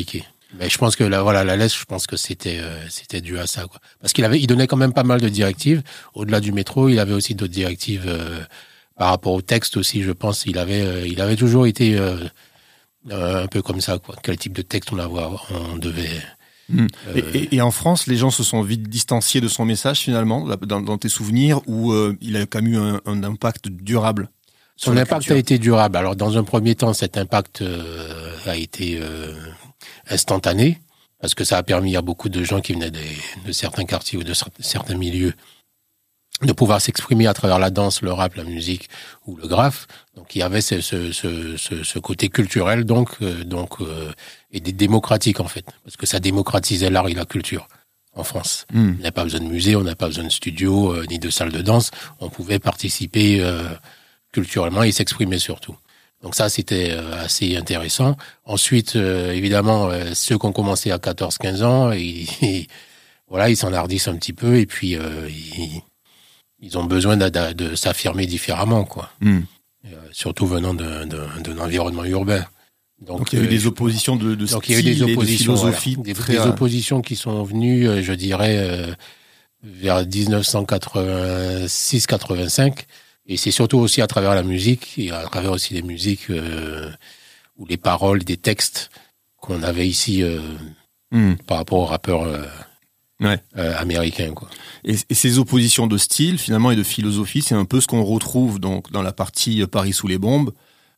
Mais je pense que la, voilà, la laisse, je pense que c'était, euh, c'était dû à ça, quoi. Parce qu'il avait, il donnait quand même pas mal de directives. Au-delà du métro, il avait aussi d'autres directives, euh, par rapport au texte aussi, je pense. Il avait, euh, il avait toujours été, euh, euh, un peu comme ça, quoi. Quel type de texte on avait, on devait, Mmh. euh, et, et, et en France, les gens se sont vite distanciés de son message, finalement, dans, dans tes souvenirs, où euh, il a quand même eu un, un impact durable. Son impact culture. a été durable. Alors, dans un premier temps, cet impact euh, a été euh, instantané, parce que ça a permis à beaucoup de gens qui venaient des, de certains quartiers ou de certains milieux de pouvoir s'exprimer à travers la danse, le rap, la musique ou le graphe. Donc, il y avait ce, ce, ce, ce, ce côté culturel, donc, euh, donc euh, et démocratique, en fait, parce que ça démocratisait l'art et la culture en France. Mmh. On n'a pas besoin de musée, on n'a pas besoin de studio, euh, ni de salle de danse. On pouvait participer euh, culturellement et s'exprimer surtout. Donc ça, c'était euh, assez intéressant. Ensuite, euh, évidemment, euh, ceux qui ont commencé à quatorze quinze ans, et, et, voilà, ils s'enhardissent un petit peu et puis euh, ils, ils ont besoin de, de, de s'affirmer différemment, quoi. Mmh. Euh, surtout venant de, de, de l'environnement urbain. Donc, donc il y a eu euh, des oppositions de, de donc style il y a eu des oppositions, et de philosophie. Voilà, des, des oppositions qui sont venues, euh, je dirais, euh, vers dix-neuf cent quatre-vingt-six quatre-vingt-cinq. Et c'est surtout aussi à travers la musique, et à travers aussi les musiques euh, ou les paroles, des textes qu'on avait ici euh, mmh. par rapport aux rappeurs euh, ouais. euh, américains, quoi. Et, et ces oppositions de style, finalement, et de philosophie, c'est un peu ce qu'on retrouve donc dans la partie Paris sous les bombes,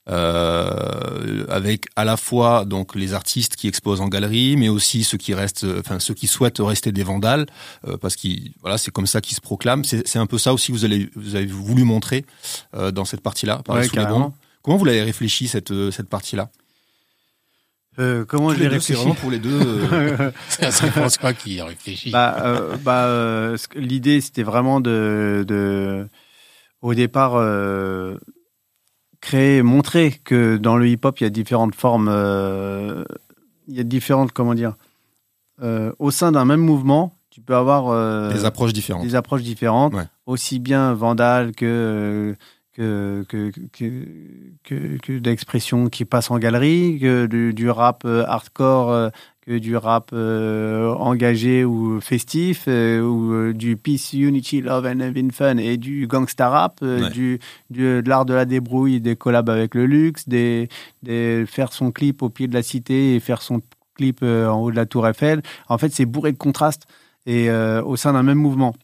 euh, avec à la fois donc les artistes qui exposent en galerie, mais aussi ceux qui restent, enfin ceux qui souhaitent rester des vandales, euh, parce qu'ils, voilà, c'est comme ça qu'ils se proclament. C'est, c'est un peu ça aussi que vous allez, vous avez voulu montrer euh, dans cette partie-là, Paris ouais, sous les bombes. Comment vous l'avez réfléchi cette cette partie-là? Euh, comment je l'ai réfléchi? C'est vraiment pour les deux. Euh... c'est François qui a réfléchi. Bah, euh, bah, euh, l'idée c'était vraiment de, de, au départ, euh, créer, montrer que dans le hip-hop il y a différentes formes, euh, il y a différentes, comment dire, euh, au sein d'un même mouvement, tu peux avoir euh, des approches différentes, des approches différentes, ouais. aussi bien vandales que euh, Que, que, que, que, que d'expressions qui passent en galerie, que du, du rap hardcore, que du rap euh, engagé ou festif, euh, ou euh, du peace, unity, love and having fun, et du gangsta rap, euh, ouais. du, du, de l'art de la débrouille, des collabs avec le luxe, des, des, faire son clip au pied de la cité et faire son clip euh, en haut de la Tour Eiffel. En fait, c'est bourré de contrastes et euh, au sein d'un même mouvement.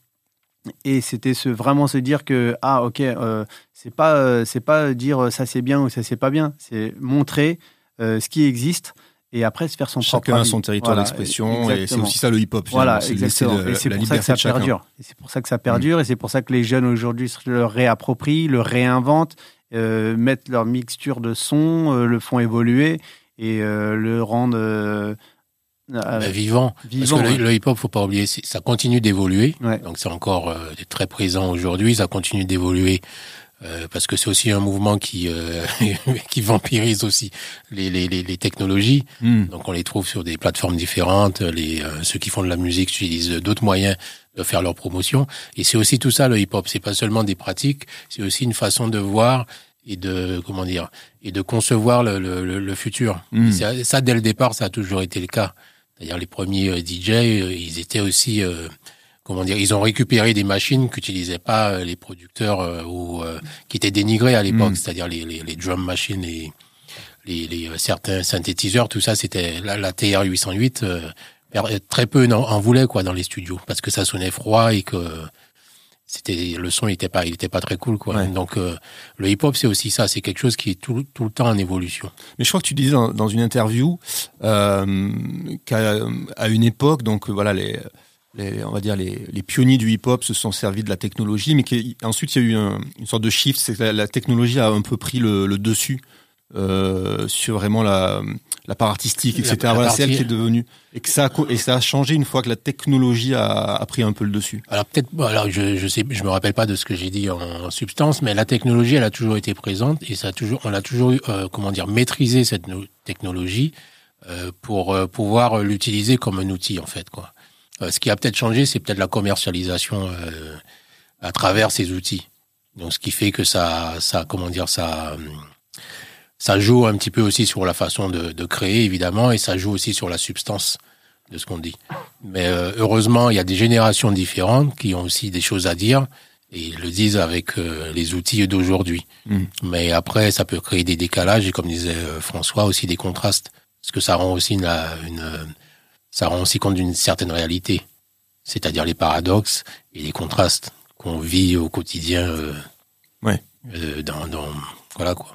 Et c'était se, vraiment se dire que ah ok euh, c'est pas euh, c'est pas dire ça c'est bien ou ça c'est pas bien, c'est montrer euh, ce qui existe et après se faire son chacun propre avis. a son territoire voilà, d'expression et c'est aussi ça le hip-hop. Voilà, c'est exactement. Le, et c'est pour ça que ça perdure. Et c'est pour ça que ça perdure mmh. et c'est pour ça que les jeunes aujourd'hui se le réapproprient, le réinventent, euh, mettent leur mixture de sons, euh, le font évoluer et euh, le rendent euh, Euh, bah, vivant. vivant. Parce que ouais. le, le hip-hop, faut pas oublier, ça continue d'évoluer. Ouais. Donc c'est encore euh, très présent aujourd'hui. Ça continue d'évoluer euh, parce que c'est aussi un mouvement qui euh, qui vampirise aussi les les les, les technologies. Mm. Donc on les trouve sur des plateformes différentes. Les euh, ceux qui font de la musique utilisent d'autres moyens de faire leur promotion. Et c'est aussi tout ça le hip-hop. C'est pas seulement des pratiques, c'est aussi une façon de voir et de comment dire et de concevoir le le, le futur. Mm. Ça, ça dès le départ, ça a toujours été le cas. C'est-à-dire les premiers D J, ils étaient aussi, euh, comment dire, ils ont récupéré des machines qu'utilisaient pas les producteurs euh, ou euh, qui étaient dénigrés à l'époque, mmh. c'est-à-dire les, les, les drum machines, les, les, les certains synthétiseurs, tout ça, c'était la, la T R huit cent huit. Euh, très peu en, en voulaient quoi dans les studios parce que ça sonnait froid et que c'était le son, il était pas, il était pas très cool quoi. Ouais. Donc euh, le hip-hop c'est aussi ça, c'est quelque chose qui est tout, tout le temps en évolution. Mais je crois que tu disais dans, dans une interview euh, qu'à à une époque, donc voilà les, les on va dire les, les pionniers du hip-hop se sont servis de la technologie, mais qu'ensuite il y a eu un, une sorte de shift, c'est que la, la technologie a un peu pris le, le dessus. Euh, sur vraiment la, la part artistique, et cetera. La, la voilà, c'est elle qui est devenue et que ça a, et ça a changé une fois que la technologie a, a pris un peu le dessus. Alors peut-être, alors je je sais, je me rappelle pas de ce que j'ai dit en, en substance, mais la technologie, elle a toujours été présente et ça a toujours, on a toujours eu, euh, comment dire, maîtrisé cette technologie euh, pour euh, pouvoir l'utiliser comme un outil en fait quoi. Euh, ce qui a peut-être changé, c'est peut-être la commercialisation euh, à travers ces outils. Donc ce qui fait que ça, ça, comment dire, ça. ça joue un petit peu aussi sur la façon de, de créer, évidemment, et ça joue aussi sur la substance de ce qu'on dit. Mais euh, heureusement, il y a des générations différentes qui ont aussi des choses à dire, et ils le disent avec euh, les outils d'aujourd'hui. Mmh. Mais après, ça peut créer des décalages, et comme disait euh, François, aussi des contrastes, parce que ça rend aussi une, une ça rend aussi compte d'une certaine réalité, c'est-à-dire les paradoxes et les contrastes qu'on vit au quotidien. Euh, ouais. Euh, dans, dans voilà quoi.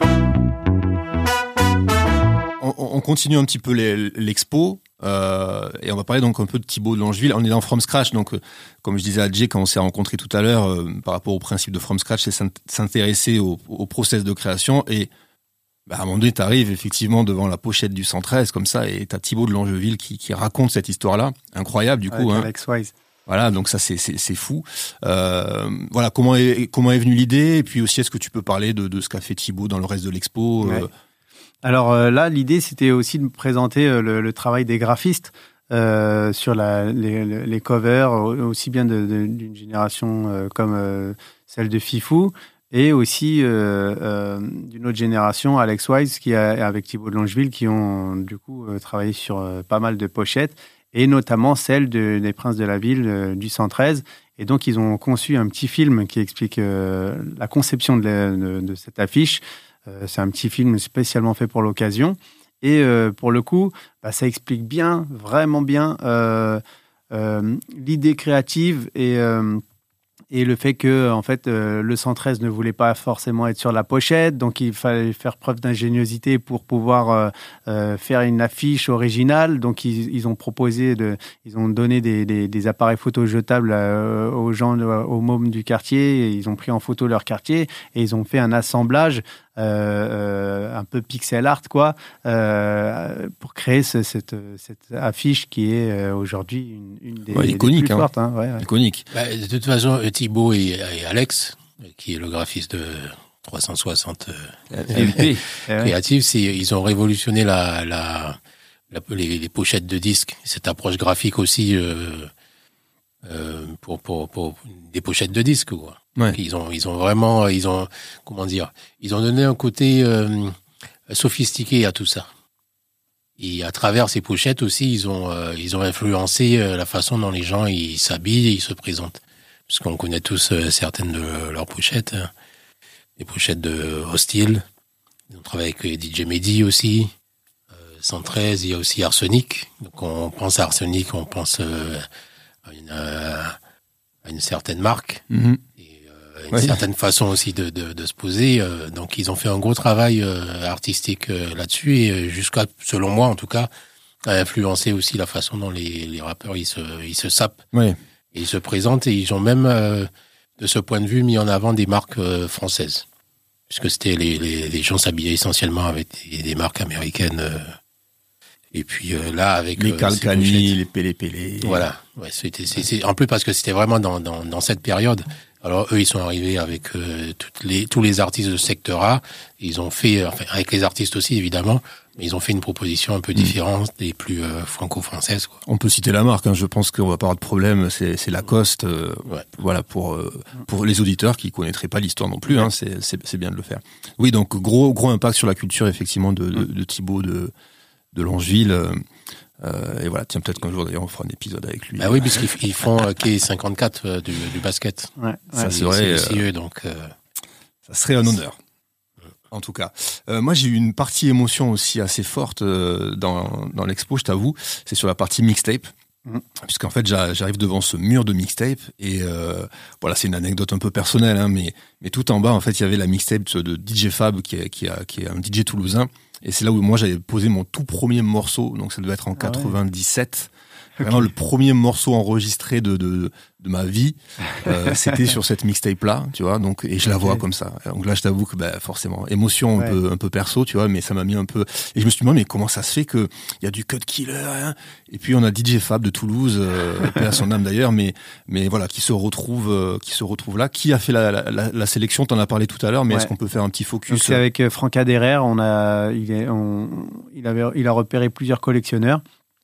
On, on continue un petit peu les, l'expo euh, et on va parler donc un peu de Thibaut de Langeville. On est dans From Scratch, donc euh, comme je disais à Jay quand on s'est rencontrés tout à l'heure, euh, par rapport au principe de From Scratch, c'est s'intéresser au, au process de création. Et bah, à un moment donné, t'arrives effectivement devant la pochette du cent treize comme ça, et t'as Thibaut de Langeville qui, qui raconte cette histoire-là, incroyable du coup. Avec hein. Alex Wise. Voilà, donc ça c'est c'est, c'est fou. Euh, voilà, comment est comment est venue l'idée, et puis aussi est-ce que tu peux parler de de ce qu'a fait Thibaut dans le reste de l'expo. Ouais. euh... Alors euh, là, l'idée c'était aussi de présenter euh, le, le travail des graphistes euh, sur la les, les covers, aussi bien de, de, d'une génération euh, comme euh, celle de Fifou, et aussi euh, euh, d'une autre génération, Alex Wise, qui a, avec Thibaut de Langeville, qui ont du coup euh, travaillé sur euh, pas mal de pochettes, et notamment celle de, des Princes de la Ville euh, du cent treize. Et donc, ils ont conçu un petit film qui explique euh, la conception de, la, de, de cette affiche. Euh, c'est un petit film spécialement fait pour l'occasion. Et euh, pour le coup, bah, ça explique bien, vraiment bien, euh, euh, l'idée créative et... Euh, Et le fait que, en fait, euh, le cent treize ne voulait pas forcément être sur la pochette, donc il fallait faire preuve d'ingéniosité pour pouvoir euh, euh, faire une affiche originale. Donc ils, ils ont proposé, de, ils ont donné des, des, des appareils photo jetables euh, aux gens, aux mômes du quartier. Et ils ont pris en photo leur quartier et ils ont fait un assemblage euh, euh, un peu pixel art, quoi, euh, pour créer ce, cette, cette affiche qui est euh, aujourd'hui une, une des, ouais, iconique, des plus hein. fortes. Hein, ouais, ouais. Iconique. Bah, de toute façon, Thibaut et, et Alex, qui est le graphiste de trois cent soixante euh, créatif, c'est, ils ont révolutionné la, la, la les, les pochettes de disques, cette approche graphique aussi euh, euh, pour, pour, pour des pochettes de disques, quoi. Ouais. Ils ont, ils ont vraiment, ils ont, comment dire, ils ont donné un côté euh, sophistiqué à tout ça. Et à travers ces pochettes aussi, ils ont, euh, ils ont influencé euh, la façon dont les gens ils s'habillent et ils se présentent. Parce qu'on connaît tous euh, certaines de leurs pochettes, hein. Les pochettes de Hostile. Ils ont travaillé avec D J Mehdi aussi. Euh, cent treize, il y a aussi Arsenic. Donc on pense à Arsenic, on pense euh, à, une, euh, à une certaine marque. Mm-hmm. Une oui. certaine façon aussi de, de, de se poser. Euh, donc, ils ont fait un gros travail euh, artistique euh, là-dessus et jusqu'à, selon moi en tout cas, a influencé aussi la façon dont les, les rappeurs ils se, ils se sapent oui. et ils se présentent. Et ils ont même, euh, de ce point de vue, mis en avant des marques euh, françaises. Puisque c'était les, les, les gens s'habillaient essentiellement avec des, des marques américaines. Euh, et puis euh, là, avec les euh, Calcani, les Pélé Pélé. Voilà. Ouais, c'était, c'est, c'est, en plus, parce que c'était vraiment dans, dans, dans cette période. Alors eux, ils sont arrivés avec euh, toutes les, tous les artistes de secteur A. Ils ont fait, enfin avec les artistes aussi évidemment, mais ils ont fait une proposition un peu différente mmh. des plus euh, franco-françaises, quoi. On peut citer la marque. Hein, je pense qu'on va pas avoir de problème. C'est, c'est Lacoste. Euh, ouais. Voilà pour euh, pour les auditeurs qui connaîtraient pas l'histoire non plus. Ouais. Hein, c'est, c'est c'est bien de le faire. Oui, donc gros gros impact sur la culture effectivement de, de, de Thibaut de de Langeville. Euh, Euh, et voilà, tiens, peut-être qu'un jour d'ailleurs on fera un épisode avec lui. Bah oui, puisqu'ils ils font euh, K cinquante-quatre euh, du, du basket. Ouais, ouais. Ça serait, c'est aussi eux, donc. Euh... Ça serait un honneur. En tout cas, euh, moi j'ai eu une partie émotion aussi assez forte euh, dans dans l'expo, je t'avoue. C'est sur la partie mixtape. Mmh. Puisqu'en fait j'arrive devant ce mur de mixtape et euh, voilà, c'est une anecdote un peu personnelle, hein, mais mais tout en bas en fait il y avait la mixtape de D J Fab qui est qui a qui est un D J toulousain. Et c'est là où moi j'avais posé mon tout premier morceau, donc ça devait être en quatre-vingt-dix-sept. Okay. Vraiment le premier morceau enregistré de de, de ma vie, euh, c'était sur cette mixtape là, tu vois. Donc et je la okay. vois comme ça. Donc là je t'avoue que bah forcément émotion ouais. un peu un peu perso, tu vois, mais ça m'a mis un peu. Et je me suis demandé mais comment ça se fait que il y a du Cut Killer, hein, et puis on a D J Fab de Toulouse, euh, paix à son âme d'ailleurs, mais mais voilà qui se retrouve euh, qui se retrouve là. Qui a fait la la, la, la sélection? T'en as parlé tout à l'heure, mais ouais. est-ce qu'on peut faire un petit focus? Donc c'est avec Franck Aderer, on a il est on, il avait il a repéré plusieurs collectionneurs.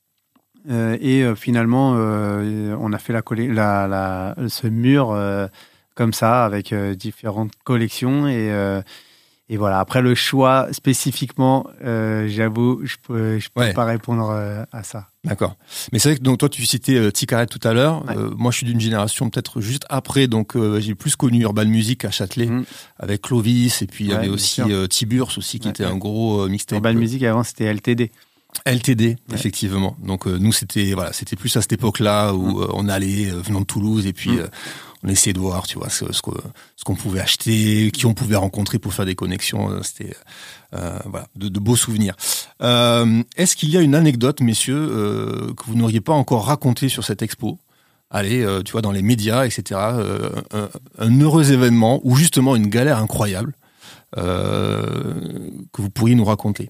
Euh, et euh, finalement, euh, on a fait la, la, la, ce mur euh, comme ça, avec euh, différentes collections. Et, euh, Et voilà. Après le choix spécifiquement, euh, j'avoue, je peux, je peux Ouais. pas répondre euh, à ça. D'accord. Mais c'est vrai que donc toi tu citais euh, Ticaret tout à l'heure. Ouais. Euh, moi je suis d'une génération peut-être juste après, donc euh, j'ai plus connu Urban Music à Châtelet Mmh. avec Clovis et puis il y Ouais, avait bien aussi sûr. euh, Tiburce aussi qui Ouais, était ouais. un gros euh, mixtape. Urban Music avant c'était L T D. L T D, Ouais. effectivement. Donc euh, nous c'était voilà, c'était plus à cette époque-là où Mm. euh, on allait euh, venant de Toulouse et puis Mm. euh, on essayait de voir, tu vois, ce, ce, que- ce qu'on pouvait acheter, qui on pouvait rencontrer pour faire des connexions. Euh, C'était euh, voilà, de, de beaux souvenirs. Euh, est-ce qu'il y a une anecdote, messieurs, euh, que vous n'auriez pas encore racontée sur cette expo? Allez, euh, tu vois, dans les médias, et cetera. Euh, un, un heureux événement ou justement une galère incroyable euh, que vous pourriez nous raconter.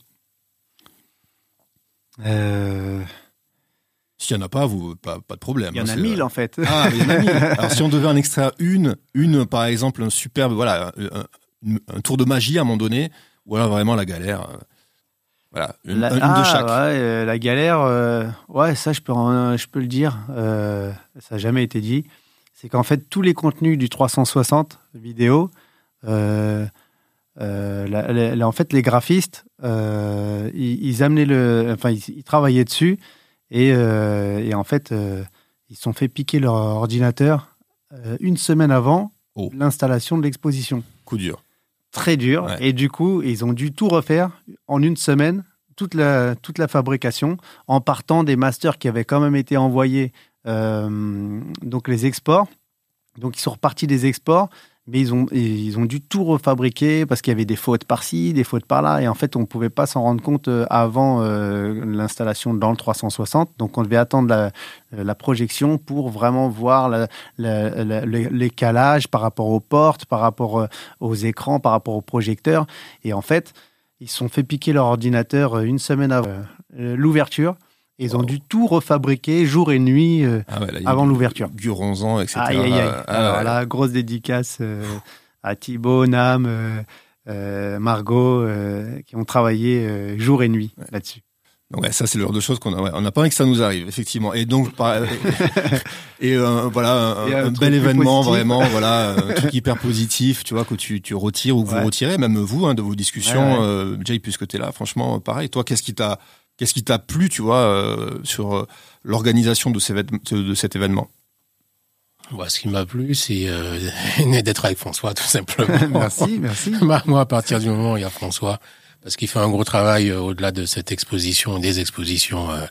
Euh, S'il n'y en a pas, vous, pas, pas de problème. Il y en hein, a c'est, mille euh, en fait. Ah, il y en a mille. Alors, si on devait en extraire une, une, par exemple, un superbe, voilà, un, un tour de magie à un moment donné, ou alors vraiment la galère. euh, Voilà, une, La, un- une ah, de chaque. ouais, euh, la galère, euh, ouais, ça je peux, en- je peux le dire. Euh, ça n'a jamais été dit. C'est qu'en fait tous les contenus du trois cent soixante vidéo, euh, euh, la- la- la- en fait les graphistes, euh, ils, ils amenaient le, enfin ils, ils travaillaient dessus et, euh, et en fait euh, ils se sont fait piquer leur ordinateur euh, une semaine avant Oh. l'installation de l'exposition. Coup dur. Très dur. Ouais. Et du coup, ils ont dû tout refaire en une semaine, toute la, toute la fabrication, en partant des masters qui avaient quand même été envoyés, euh, donc les exports. Donc, ils sont repartis des exports, mais ils ont, ils ont dû tout refabriquer parce qu'il y avait des fautes par-ci, des fautes par-là. Et en fait, on ne pouvait pas s'en rendre compte euh, avant euh, l'installation dans le trois cent soixante. Donc, on devait attendre la, la projection pour vraiment voir la, la, la, les, les calages par rapport aux portes, par rapport euh, aux écrans, par rapport aux projecteurs. Et en fait, ils se sont fait piquer leur ordinateur euh, une semaine avant euh, l'ouverture. Et ils ont Wow. dû tout refabriquer jour et nuit euh, Ah ouais, là, il y a avant du- l'ouverture. Du Ronzan, et cetera. Aïe, aïe, aïe. Ah, Alors ouais. là, grosse dédicace euh, à Thibaut, Nam, euh, euh, Margot, euh, qui ont travaillé euh, jour et nuit là-dessus. Ouais, ça c'est le genre de choses qu'on a. Ouais, on n'a pas envie que ça nous arrive, effectivement. Et donc, par- et euh, voilà, un, Et un un truc bel plus événement, positif. vraiment, voilà, un truc hyper positif, tu vois, que tu, tu retires ou que Ouais. vous retirez, même vous, hein, de vos discussions. Ouais, ouais. Euh, Jay, puisque t'es là, franchement, pareil. Toi, qu'est-ce qui t'a, qu'est-ce qui t'a plu, tu vois, euh, sur euh, l'organisation de, ces vêt- de, de cet événement? Moi, ce qui m'a plu, c'est euh, d'être avec François, tout simplement. Merci, merci. Bah, moi, à partir du moment où il y a François, parce qu'il fait un gros travail euh, au-delà de cette exposition, des expositions euh,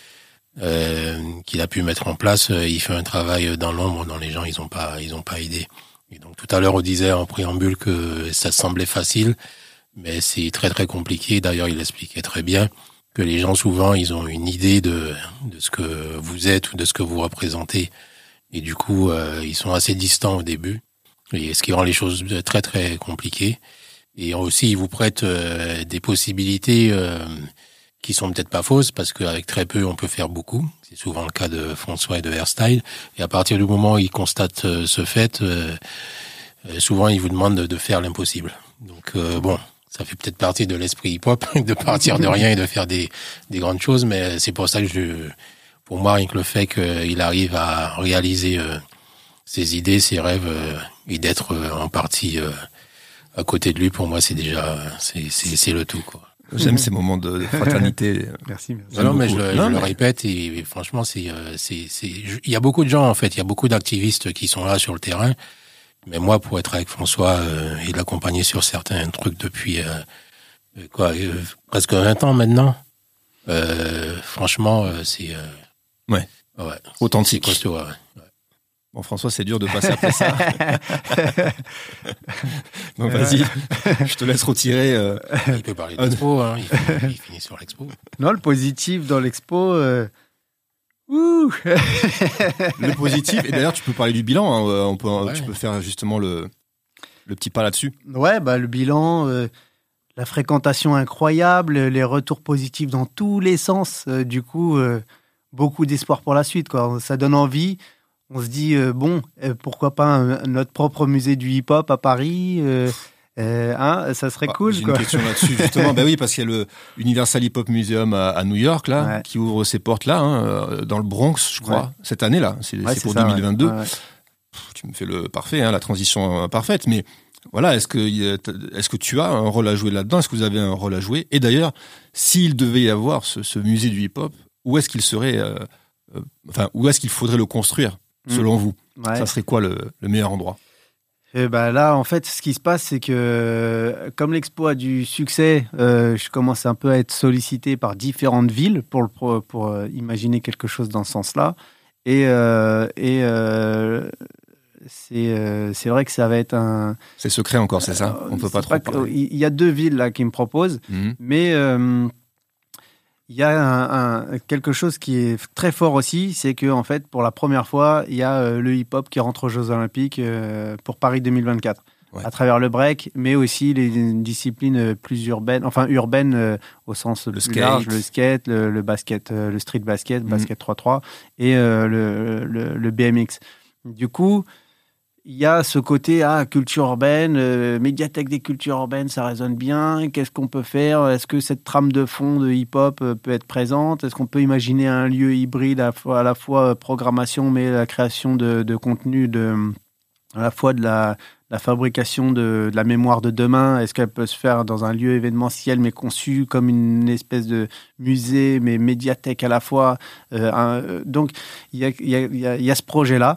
euh, qu'il a pu mettre en place, euh, il fait un travail dans l'ombre dont les gens ils ont pas ils ont pas idée. Et donc tout à l'heure on disait en préambule que ça semblait facile, mais c'est très très compliqué. D'ailleurs il expliquait très bien que les gens souvent ils ont une idée de de ce que vous êtes ou de ce que vous représentez, et du coup euh, ils sont assez distants au début, et ce qui rend les choses très très compliquées. Et aussi, ils vous prêtent euh, des possibilités euh, qui sont peut-être pas fausses, parce qu'avec très peu, on peut faire beaucoup. C'est souvent le cas de François et de Hairstyle. Et à partir du moment où ils constatent euh, ce fait, euh, euh, souvent, ils vous demandent de, de faire l'impossible. Donc, euh, bon, ça fait peut-être partie de l'esprit hip-hop, de partir de rien et de faire des, des grandes choses, mais c'est pour ça que je, pour moi, rien que le fait qu'il arrive à réaliser euh, ses idées, ses rêves, euh, et d'être euh, en partie... Euh, à côté de lui, pour moi, c'est déjà, c'est, c'est, c'est le tout, quoi. J'aime ces moments de, de fraternité. Merci, merci. Non, non, mais je, beaucoup. le- Non, je le mais- répète, et, et franchement, c'est, euh, c'est, c'est, je- il y a beaucoup de gens, en fait, il y a beaucoup d'activistes qui sont là sur le terrain. Mais moi, pour être avec François euh, et l'accompagner sur certains trucs depuis, euh, euh, quoi, euh, presque vingt ans maintenant, euh, franchement, euh, c'est, euh, Ouais. ouais, Authentique. c'est costaud, ouais. Bon, François, c'est dur de passer après ça. Donc, vas-y, je te laisse retirer. euh, Il peut parler de l'expo, hein, il, finit- il finit sur l'expo. Non, le positif dans l'expo. euh, Ouh le positif. Et d'ailleurs, tu peux parler du bilan. Hein. euh, On peut, Ouais. Tu peux faire justement le, le petit pas là-dessus. Ouais, bah, le bilan, euh, la fréquentation incroyable, les retours positifs dans tous les sens. euh, du coup, euh, beaucoup d'espoir pour la suite, quoi. Ça donne envie. On se dit, euh, bon, euh, pourquoi pas un- notre propre musée du hip-hop à Paris euh, euh, hein, ça serait Ah, cool, J'ai quoi. une question là-dessus, justement. Ben oui, parce qu'il y a le Universal Hip Hop Museum à, à New York, là, Ouais. qui ouvre ses portes là, hein, euh, dans le Bronx, je crois, Ouais. cette année-là. C'est Ouais, c'est pour ça, deux mille vingt-deux. ouais. Ouais, ouais. Pff, Tu me fais le parfait, hein, la transition euh, parfaite. Mais voilà, est-ce que, est-ce que tu as un rôle à jouer là-dedans? Est-ce que vous avez un rôle à jouer? Et d'ailleurs, s'il devait y avoir ce, ce musée du hip-hop, où est-ce qu'il serait, euh, euh, enfin, où est-ce qu'il faudrait le construire, selon mmh. vous? Ouais. Ça serait quoi le, le meilleur endroit? Et ben là, en fait, ce qui se passe, c'est que comme l'expo a du succès, euh, je commence un peu à être sollicité par différentes villes pour, le, pour, pour euh, imaginer quelque chose dans ce sens-là. Et, euh, et euh, c'est, euh, c'est vrai que ça va être un... C'est secret encore, c'est ça? On ne peut pas trop parler. Il y a deux villes là qui me proposent, mmh. mais euh, il y a un, un, quelque chose qui est très fort aussi, c'est que en fait, pour la première fois, il y a euh, le hip-hop qui rentre aux Jeux Olympiques euh, pour Paris deux mille vingt-quatre. Ouais. À travers le break, mais aussi les disciplines plus urbaines, enfin urbaines euh, au sens le plus skate. large, le skate, le, le basket, euh, le street basket, mmh. basket trois trois et euh, le, le, le B M X. Du coup, il y a ce côté ah, culture urbaine, euh, médiathèque des cultures urbaines, ça résonne bien. Qu'est-ce qu'on peut faire? Est-ce que cette trame de fond de hip-hop euh, peut être présente? Est-ce qu'on peut imaginer un lieu hybride à, à la fois programmation, mais la création de, de contenu, de, à la fois de la, la fabrication de, de la mémoire de demain? Est-ce qu'elle peut se faire dans un lieu événementiel, mais conçu comme une espèce de musée, mais médiathèque à la fois? euh, un, Donc, il y a, y, a, y, a, y a ce projet-là.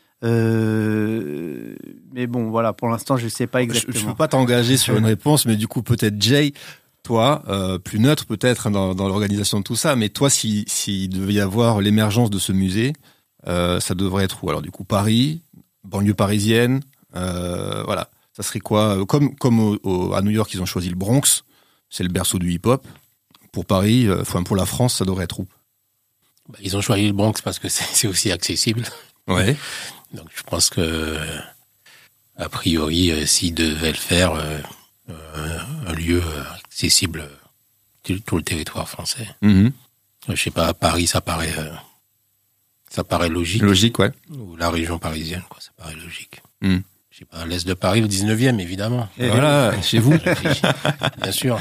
Euh, mais bon, voilà, pour l'instant, je ne sais pas exactement. Je ne peux pas t'engager sur une réponse, mais du coup, peut-être Jay, toi, euh, plus neutre peut-être dans, dans l'organisation de tout ça, mais toi, s'il si, si devait y avoir l'émergence de ce musée, euh, ça devrait être où? Alors du coup, Paris, banlieue parisienne, euh, voilà. Ça serait quoi? Comme, comme au, au, à New York, ils ont choisi le Bronx, c'est le berceau du hip-hop. Pour Paris, euh, enfin pour la France, ça devrait être où? Bah, ils ont choisi le Bronx parce que c'est, c'est aussi accessible. Ouais. Donc je pense que, a priori, euh, s'ils devaient le faire, euh, euh, un lieu accessible tout, tout le territoire français. Mm-hmm. Je sais pas, à Paris, ça paraît, euh, ça paraît logique. Logique, ouais. Ou la région parisienne, quoi, ça paraît logique. Mm. Je sais pas, à l'est de Paris, le dix-neuvième, évidemment. Et voilà, chez vous. Bien sûr.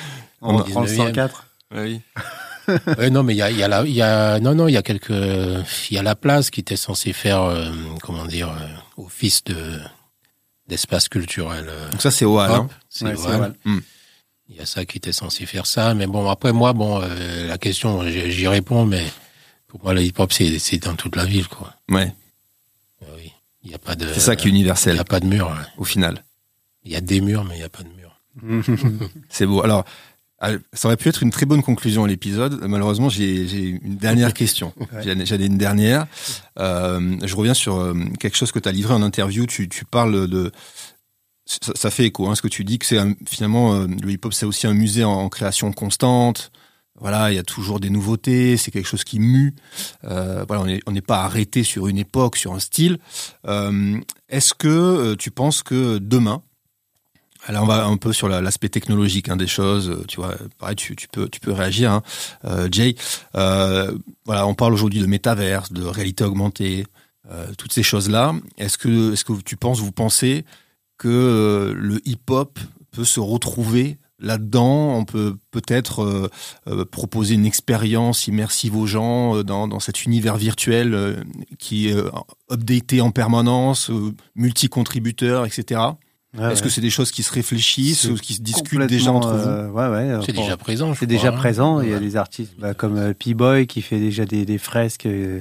On prend le cent quatre. Oui. Ouais, non, mais il y a, il y a la, il y a, non, non, il y a quelques, il y a la place qui était censée faire, euh, comment dire, euh, office de, d'espace culturel. Euh, Donc ça, c'est au Hall, hein. C'est ouais, au c'est Hall. Mm. Il y a ça qui était censé faire ça, mais bon, après, moi, bon, euh, la question, j'y réponds, mais pour moi, le hip-hop, c'est, c'est dans toute la ville, quoi. Ouais. Euh, oui. Il y a pas de. C'est ça qui est universel. Il y a pas de mur, ouais. Au final. Il y a des murs, mais il y a pas de mur. C'est beau. Alors, ça aurait pu être une très bonne conclusion à l'épisode. Malheureusement, j'ai, j'ai une dernière question. Ouais. J'en ai une dernière. Euh, je reviens sur euh, quelque chose que tu as livré en interview. Tu, tu parles de... Ça, ça fait écho, hein, ce que tu dis, que c'est un, finalement, euh, le hip-hop, c'est aussi un musée en, en création constante. Voilà, il y a toujours des nouveautés, c'est quelque chose qui mue. Euh, voilà, on n'est on n'est pas arrêté sur une époque, sur un style. Euh, est-ce que euh, tu penses que demain, alors on va un peu sur la, l'aspect technologique hein, des choses, tu vois, pareil, tu, tu peux tu peux réagir, hein, euh, Jay. Euh, voilà, on parle aujourd'hui de métaverse, de réalité augmentée, euh, toutes ces choses-là. Est-ce que est-ce que tu penses, vous pensez que euh, le hip-hop peut se retrouver là-dedans? On peut peut-être euh, euh, proposer une expérience immersive aux gens euh, dans, dans cet univers virtuel euh, qui est euh, updaté en permanence, euh, multi-contributeur, et cetera. Ouais, Est-ce ouais. que c'est des choses qui se réfléchissent c'est ou qui se discutent déjà entre euh, vous ouais, ouais, C'est bon, déjà présent. C'est déjà crois, présent. Hein. Il y a des artistes bah, comme euh, P-Boy qui fait déjà des, des fresques euh,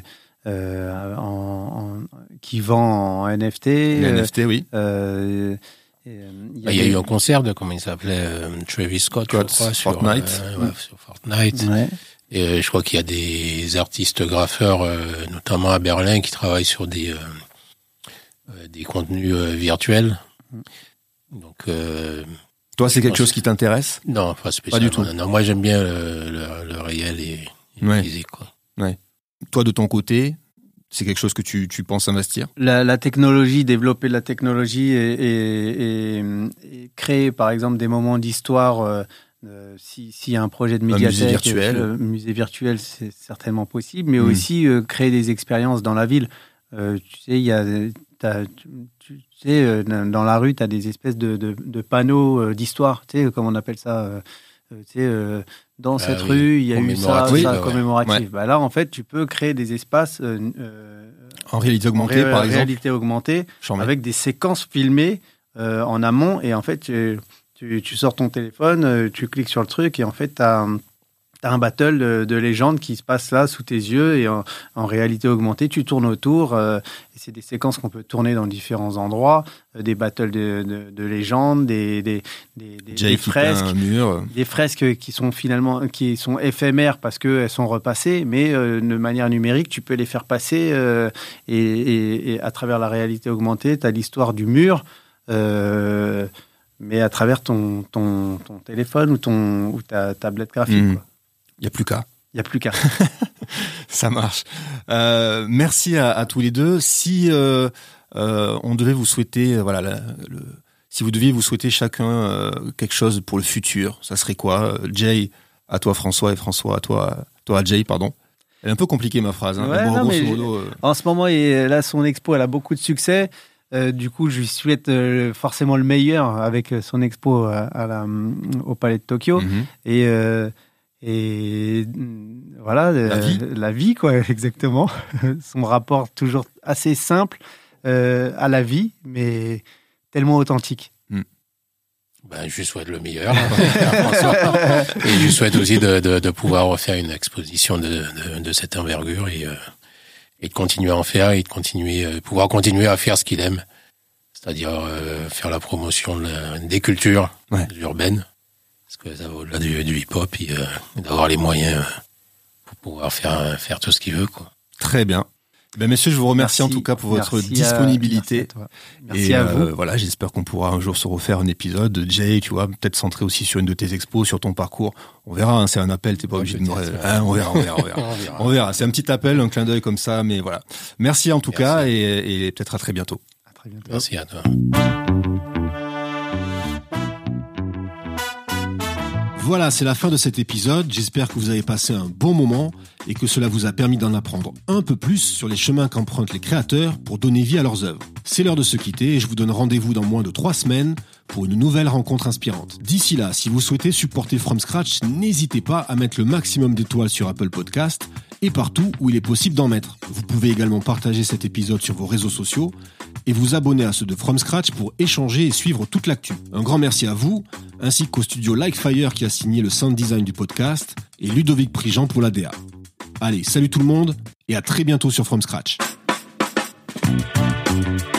en, en, qui vend en N F T. Les euh, N F T, oui. Euh, Il y, bah, y a des... eu un concert de, comment il s'appelait, euh, Travis Scott, Scott je crois, Fortnite. Sur, euh, ouais, sur Fortnite. Ouais. Et euh, je crois qu'il y a des artistes graffeurs, euh, notamment à Berlin, qui travaillent sur des, euh, euh, des contenus euh, virtuels. Donc, euh, toi, c'est quelque chose qui t'intéresse? Non, pas spécialement. Pas du tout. Non, non, moi, j'aime bien le, le, le réel et, et ouais. le physique, quoi. Ouais. Toi, de ton côté, c'est quelque chose que tu, tu penses investir? La, la technologie, développer de la technologie et, et, et, et créer, par exemple, des moments d'histoire. Euh, euh, si, s'il y a un projet de médiathèque, un musée virtuel, euh, musée virtuel, c'est certainement possible, mais mmh. aussi euh, créer des expériences dans la ville. Euh, tu sais, il y a, t'as, tu, tu sais, euh, dans la rue, tu as des espèces de, de, de panneaux euh, d'histoire. Tu sais, comment on appelle ça euh, tu sais, euh, dans cette ah, rue, oui. il y a eu ça, oui, ça ouais. commémoratif. Ouais. Bah là, en fait, tu peux créer des espaces euh, en réalité augmentée, en ré- par exemple. réalité augmentée, avec des séquences filmées euh, en amont. Et en fait, tu, tu, tu sors ton téléphone, tu cliques sur le truc et en fait, tu as un battle de, de légendes qui se passe là sous tes yeux et en, en réalité augmentée, tu tournes autour. Euh, et c'est des séquences qu'on peut tourner dans différents endroits, euh, des battles de, de, de légendes, des, des, des, des, des fresques, un mur. des fresques qui sont finalement qui sont éphémères parce qu'elles sont repassées, mais euh, de manière numérique, tu peux les faire passer euh, et, et, et à travers la réalité augmentée, tu as l'histoire du mur. Euh, mais à travers ton, ton, ton téléphone ou, ton, ou ta tablette graphique. Mmh. Quoi. Il n'y a plus qu'à. Il n'y a plus qu'à. Ça marche. Euh, merci à, à tous les deux. Si euh, euh, on devait vous souhaiter, voilà, la, le, si vous deviez vous souhaiter chacun euh, quelque chose pour le futur, ça serait quoi? Jay, à toi François, et François, à toi, toi à Jay, pardon. Elle est un peu compliquée ma phrase. Hein. Ouais, bon, non, grosso mais modo, euh... en ce moment, et là, son expo, elle a beaucoup de succès. Euh, du coup, je lui souhaite euh, forcément le meilleur avec son expo à, à la, au Palais de Tokyo. Mm-hmm. Et euh, Et voilà, la vie, euh, la vie quoi, exactement. Son rapport toujours assez simple euh, à la vie, mais tellement authentique. Mm. Ben, je lui souhaite le meilleur, François. Et je lui souhaite aussi de, de, de pouvoir refaire une exposition de, de, de cette envergure et, euh, et de continuer à en faire et de continuer, euh, pouvoir continuer à faire ce qu'il aime, c'est-à-dire euh, faire la promotion de la, des cultures ouais. urbaines. Parce que ça va au-delà du, du hip-hop et euh, d'avoir les moyens euh, pour pouvoir faire, faire tout ce qu'il veut, quoi. Très bien. Ben, messieurs, je vous remercie merci, en tout cas pour votre disponibilité. À, merci à, merci et à euh, vous. Voilà, j'espère qu'on pourra un jour se refaire un épisode. Jay, tu vois, peut-être centré aussi sur une de tes expos, sur ton parcours. On verra, hein, c'est un appel, t'es pas ouais, obligé de nous... Hein, on verra, on verra, on verra. on, verra. on verra. C'est un petit appel, un clin d'œil comme ça, mais voilà. Merci en tout merci. cas et, et peut-être à très bientôt. À très bientôt. Merci à toi. Voilà, c'est la fin de cet épisode. J'espère que vous avez passé un bon moment et que cela vous a permis d'en apprendre un peu plus sur les chemins qu'empruntent les créateurs pour donner vie à leurs œuvres. C'est l'heure de se quitter et je vous donne rendez-vous dans moins de trois semaines pour une nouvelle rencontre inspirante. D'ici là, si vous souhaitez supporter From Scratch, n'hésitez pas à mettre le maximum d'étoiles sur Apple Podcast et partout où il est possible d'en mettre. Vous pouvez également partager cet épisode sur vos réseaux sociaux et vous abonner à ceux de From Scratch pour échanger et suivre toute l'actu. Un grand merci à vous, ainsi qu'au studio Likefire qui a signé le sound design du podcast et Ludovic Prigent pour la D A. Allez, salut tout le monde et à très bientôt sur From Scratch.